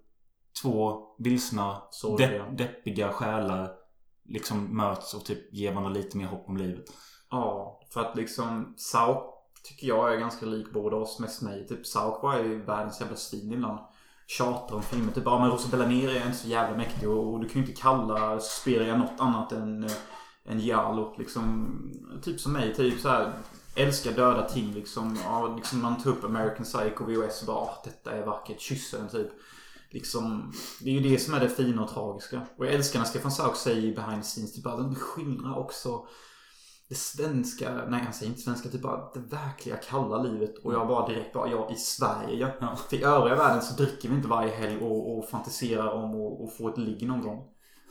två vilsna, de- deppiga själar liksom möts och typ ger varandra lite mer hopp om livet. Ja, för att liksom Sauk tycker jag är ganska lik både oss mest mig. Typ Sauk var ju världens jävla svin ibland. Tjatar om filmer. Typ, ja men Rosabella Neri är inte så jävla mäktig och, och du kan ju inte kalla Suspiria något annat än en Giallo liksom, typ som mig, typ så här älskar döda ting liksom, ja, liksom man tar upp American Psycho V H S och bara, ah, detta är vackert, kysser den typ liksom, det är ju det som är det fina och tragiska. Och jag älskar när Stefan Sauk säger i behind the scenes typ att den skildrar också det svenska, nej han säger inte svenska, typ bara det verkliga kalla livet. Och jag bara direkt bara, ja i Sverige ja. För i övriga världen så dricker vi inte varje helg och, och fantiserar om och, och få ett ligg någon gång.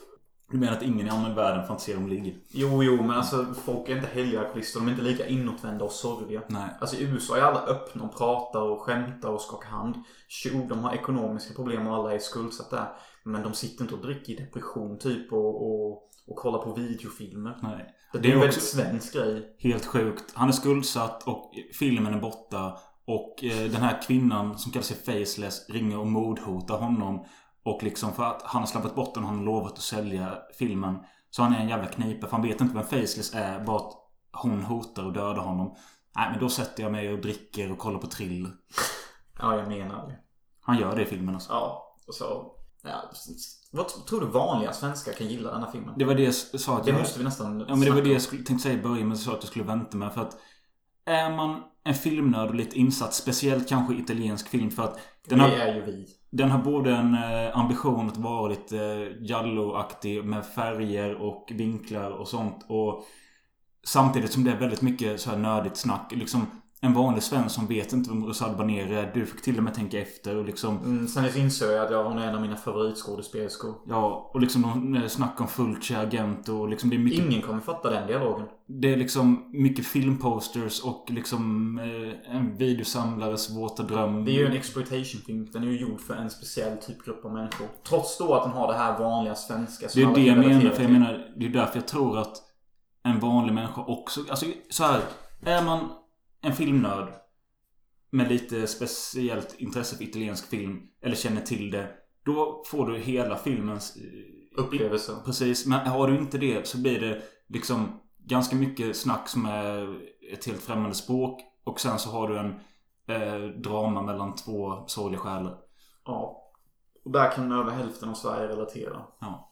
Du menar att ingen i annan världen fantiserar om ligger? Jo, jo, men alltså folk är inte helgalkoholister. De är inte lika inåtvända och sorgliga. Nej. Alltså i U S A är alla öppna och pratar och skämtar och skakar hand. Jo, de har ekonomiska problem och alla är skuldsatta. Men de sitter inte och dricker i depression typ och, och, och kollar på videofilmer. Nej. Det, det är en väldigt svensk grej. Helt sjukt. Han är skuldsatt och filmen är borta. Och eh, den här kvinnan som kallar sig Faceless ringer och mordhotar honom. Och liksom för att han har släppt bort den och han har lovat att sälja filmen. Så han är en jävla knipa. För han vet inte vem Faceless är. Bara att hon hotar och dödar honom. Nej, men då sätter jag mig och dricker och kollar på Thriller. Ja, jag menar det. Han gör det i filmen alltså. Ja, och så... Ja, vad tror du vanliga svenskar kan gilla den här filmen? Det var det jag sa att Det jag... måste vi nästan... Ja, men det var det jag skulle, tänkte säga i början. Men så sa att jag skulle vänta med. För att är man en filmnörd och lite insatt, speciellt kanske italiensk film, för att den har, det är ju vi. Den har både en eh, ambition att vara lite eh, Giallo-aktig med färger och vinklar och sånt, och samtidigt som det är väldigt mycket så här nördigt snack. Liksom en vanlig svensk som vet inte vem Rosalba Neri är. Du fick till och med tänka efter och liksom... Mm, sen insåg jag att ja, hon är en av mina favoritskådespelerskor. Ja, och liksom de snackar om Fulci agent och liksom det är mycket... Ingen kommer fatta den dialogen. Det är liksom mycket filmposters och liksom eh, en videosamlares våta dröm. Det är ju en exploitation-film. Den är ju gjord för en speciell typgrupp av människor. Trots då att den har det här vanliga svenska. Det är det jag menar, för jag menar, det är därför jag tror att en vanlig människa också... Alltså så här, är man en filmnörd med lite speciellt intresse för italiensk film eller känner till det, då får du hela filmens upplevelse. Precis, men har du inte det så blir det liksom ganska mycket snack som är ett helt främmande språk, och sen så har du en eh, drama mellan två sorgliga själar. Ja, och där kan över hälften av Sverige relatera. Ja.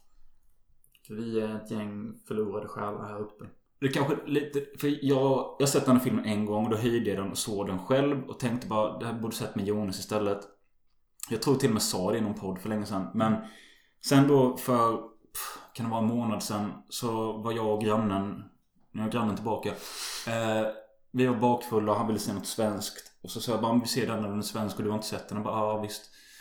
För vi är ett gäng förlorade själar här uppe. Det kanske lite, för jag jag har sett den här filmen en gång och då höjde jag den och såg den själv och tänkte bara, det här borde sett med Jonas istället. Jag tror till och med sa det i någon podd för länge sedan. Men sen då för, pff, kan det vara en månad sedan, så var jag och grannen, nu är grannen tillbaka, eh, vi var bakfulla och han ville se något svenskt. Och så sa jag bara, om vi ser den när den är svensk och du har inte sett den. Och bara, ja visst.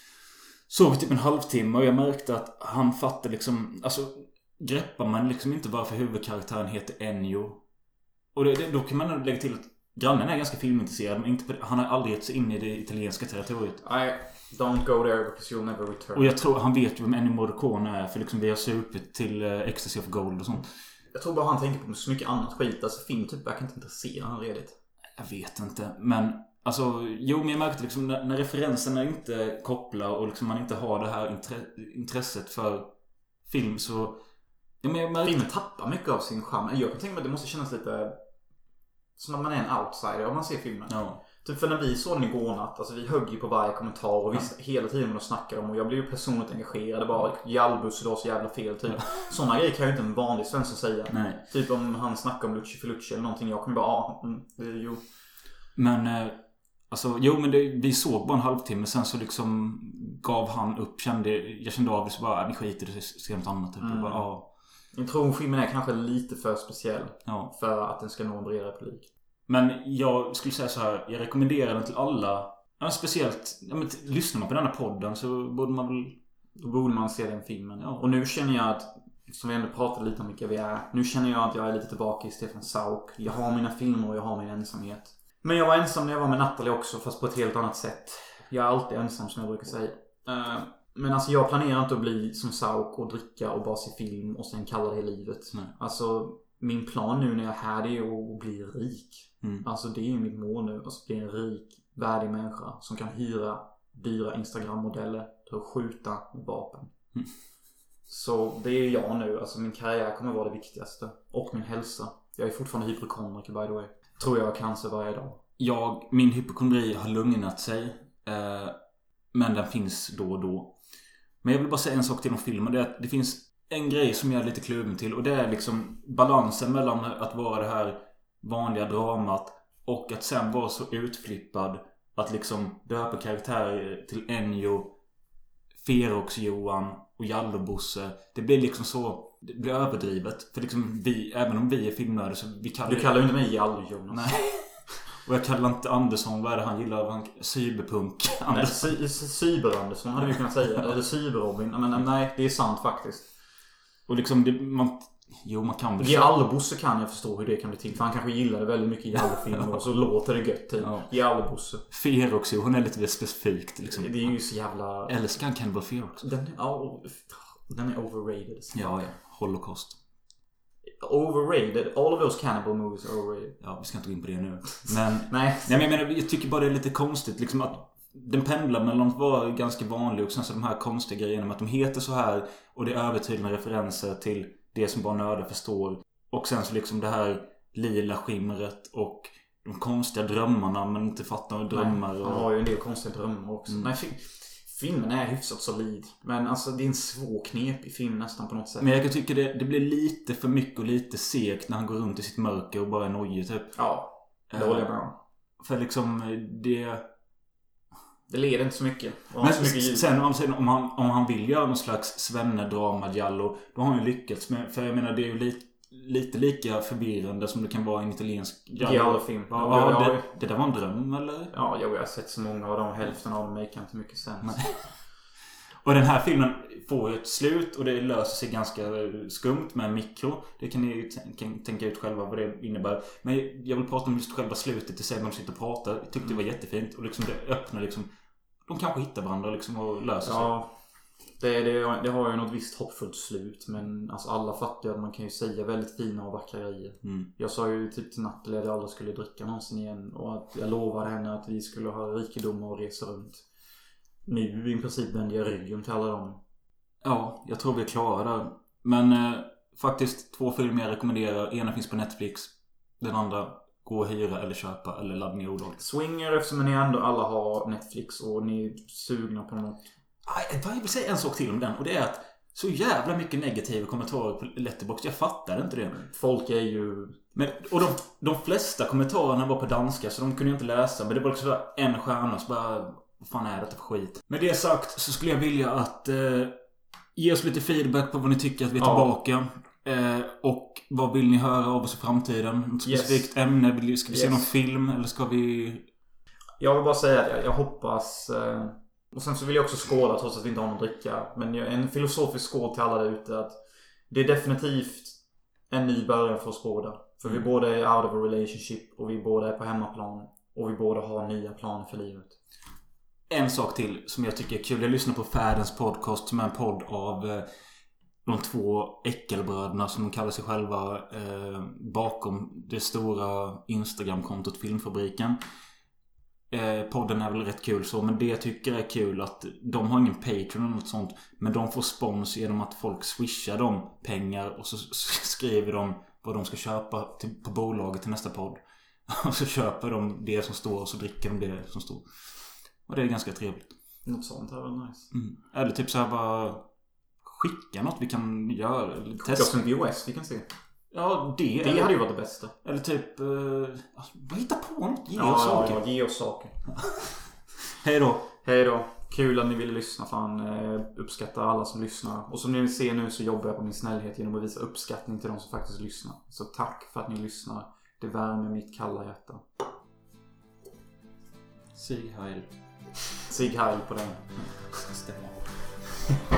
Så vi typ en halvtimme och jag märkte att han fattade liksom, alltså greppar man liksom inte varför huvudkaraktären heter Ennio. Och det, det, då kan man lägga till att grannen är ganska filmintresserad, men inte, han har aldrig gett sig in i det italienska territoriet. Nej, don't go there because you'll never return. Och jag tror, han vet ju vem Ennio Morricone är, för liksom vi har supit till uh, Ecstasy of Gold och sånt. Jag tror bara han tänker på så mycket annat skit. Alltså film typ verkar inte intressera han redigt. Jag vet inte, men alltså, jo, men jag märkte liksom när, när referenserna inte kopplar och liksom man inte har det här intre- intresset för film, så ja, men jag märkte... Filmen tappar mycket av sin charm. Jag kan tänka mig att det måste kännas lite som att man är en outsider om man ser filmen. Ja. Typ för när vi såg den igår natt, alltså vi högg ju på varje kommentar och vi ja. hela tiden vad de snackar om, och jag blev ju personligt engagerad. Det bara, Jalbus, det var så jävla fel typ. Ja. Sådana grejer kan ju inte en vanlig svensk säga. Nej. Typ om han snackar om Lucci för Lucci eller någonting, jag kommer bara, ja, mm, det är ju. Men eh, alltså, jo men det, vi såg bara en halvtimme, sen så liksom gav han upp, kände, jag kände av det, så bara, vi skiter i det, ser något annat typ. Mm. Bara, ja. Jag tror filmen är kanske lite för speciell, ja, för att den ska nå en bredare publik. Men jag skulle säga så här, jag rekommenderar den till alla. Ja, speciellt, ja, men t- lyssnar man på den här podden så borde man väl... Då borde man se den filmen. Ja. Och nu känner jag att som vi ändå pratade lite om vilka vi är. Nu känner jag att jag är lite tillbaka i Stefan Sauk. Jag har mina filmer och jag har min ensamhet. Men jag var ensam när jag var med Natalie också, fast på ett helt annat sätt. Jag är alltid ensam som jag brukar säga. Uh, men alltså jag planerar inte att bli som Sauk och dricka och bara se film och sen kalla det livet. Nej. Alltså min plan nu när jag är här, det är att bli rik. Mm. Alltså det är ju mitt mål nu. Alltså bli en rik, värdig människa som kan hyra dyra Instagram-modeller till att skjuta med vapen. Mm. Så det är jag nu. Alltså min karriär kommer vara det viktigaste. Och min hälsa. Jag är fortfarande hypokondriker by the way. Tror jag har cancer varje dag. Jag, min hypokondri har lugnat sig. Eh, men den finns då och då. Men jag vill bara säga en sak till om filmen. Det är att det finns en grej som jag är lite kluven till. Och det är liksom balansen mellan att vara det här vanliga dramat och att sen vara så utflippad att liksom döpa karaktärer till Ennio, Ferox Johan och Jallobosse. Det blir liksom så, det blir överdrivet. För liksom vi, även om vi är filmnördar så vi kallar... Du kallar ju inte mig Jallo Jonas. Nej. Och jag kallar inte Andersson, vad är det han gillar? Han, cyberpunk Andersson. Nej, cyber-Andersson hade vi kunnat säga. Eller cyber-Robin. Men nej, det är sant faktiskt. Och liksom, det, man... Jo, man kan väl... Jallobosse kan jag förstå hur det kan bli till. För han kanske gillade väldigt mycket Jallo-filmer och så låter det gött typ. Ja. Jallobosse. Ferox, hon är lite mer specifikt liksom. Det är ju så jävla... Älskar han Cannibal Ferox? Den, ja, den är overrated. Ja, ja. Holocaust. Overrated? All of those cannibal movies are overrated. Ja, vi ska inte gå in på det nu. Men, nej. nej, men jag menar, jag tycker bara det är lite konstigt liksom att den pendlar mellan att vara ganska vanlig och sen så de här konstiga grejerna med att de heter så här och det är övertydliga referenser till det som bara nördar förstår. Och sen så liksom det här lila skimret och de konstiga drömmarna men inte fattar vad drömmar. Och... Han har ju en del konstiga drömmar också. Mm. Nej, filmen är hyfsat solid. Men alltså det är en svår knep i film nästan på något sätt. Men jag kan tycka det, det blir lite för mycket och lite segt när han går runt i sitt mörker och bara är nojig typ. Ja, det håller jag med om. För liksom det... Det leder inte så mycket. Men så mycket sen, om, sen om, han, om han vill göra någon slags svennedrama Giallo, då har han ju lyckats med, för jag menar det är ju lite, lite lika förvirrande som det kan vara en italiensk Giallo-film. Ja, ja, ja, det, det där var en dröm eller? Ja, jag har sett så många av dem. Hälften av dem make inte mycket sens. Och den här filmen får ju ett slut och det löser sig ganska skumt med en mikro. Det kan ni ju t- tänka ut själva vad det innebär. Men jag vill prata om just själva slutet i sig när de sitter och pratar. Jag tyckte det var jättefint. Och liksom det öppnar liksom... De kanske hittar varandra liksom och löser sig. Ja, det, det, det har ju något visst hoppfullt slut. Men alltså alla fattar ju att man kan ju säga väldigt fina och vackra grejer. Mm. Jag sa ju typ till Natalie att jag aldrig skulle dricka någonsin igen. Och att jag lovade henne att vi skulle ha rikedomar och resa runt. Nu i princip vänder jag ryggen till alla dem. Ja, jag tror vi är klara där. Men eh, faktiskt två filmer jag rekommenderar. Ena finns på Netflix. Den andra gå och hyra eller köpa eller ladda ner olagligt. Swinger eftersom ni ändå alla har Netflix och ni är sugna på något. Jag vill säga en sak till om den och det är att så jävla mycket negativa kommentarer på Letterboxd. Jag fattar inte det. Folk är ju... Men, och de, de flesta kommentarerna var på danska så de kunde ju inte läsa. Men det var också en stjärna så bara... Vad fan är det för skit? Med det sagt så skulle jag vilja att eh, ge oss lite feedback på vad ni tycker att vi är tillbaka. Ja. Eh, och vad vill ni höra av oss i framtiden? Ett specifikt yes. ämne? Ska vi yes. se någon film? Eller ska vi... Jag vill bara säga att jag, jag hoppas... Eh, och sen så vill jag också skåla trots att vi inte har någon dricka. Men en filosofisk skål till alla där ute att det är definitivt en ny början för oss båda. För mm. vi båda är out of a relationship och vi båda är på hemmaplan. Och vi båda har nya planer för livet. En sak till som jag tycker är kul. Jag lyssnar på Färdens podcast som är en podd av eh, de två äckelbröderna som de kallar sig själva eh, bakom det stora Instagram-kontot Filmfabriken. Eh, podden är väl rätt kul så, men det jag tycker är kul att de har ingen Patreon eller något sånt, men de får spons genom att folk swishar dem pengar och så skriver de vad de ska köpa till, på bolaget till nästa podd. Och så köper de det som står och så dricker de det som står. Och det är ganska trevligt. Något sånt är väl nice. Mm. Eller typ så här bara skicka något vi kan göra. Eller testa. Jag som V O S vi kan se. Ja, det, det eller, hade ju varit det bästa. Eller typ, uh, vad hittar på något? Ge ja, oss saker. Ja, ge oss saker. Hej då. Hej då. Kul att ni ville lyssna. Fan, uppskattar alla som lyssnar. Och som ni ser nu så jobbar jag på min snällhet genom att visa uppskattning till de som faktiskt lyssnar. Så tack för att ni lyssnar. Det värmer mitt kalla hjärta. Sig Heil. Sig Heil på den. Stämmer.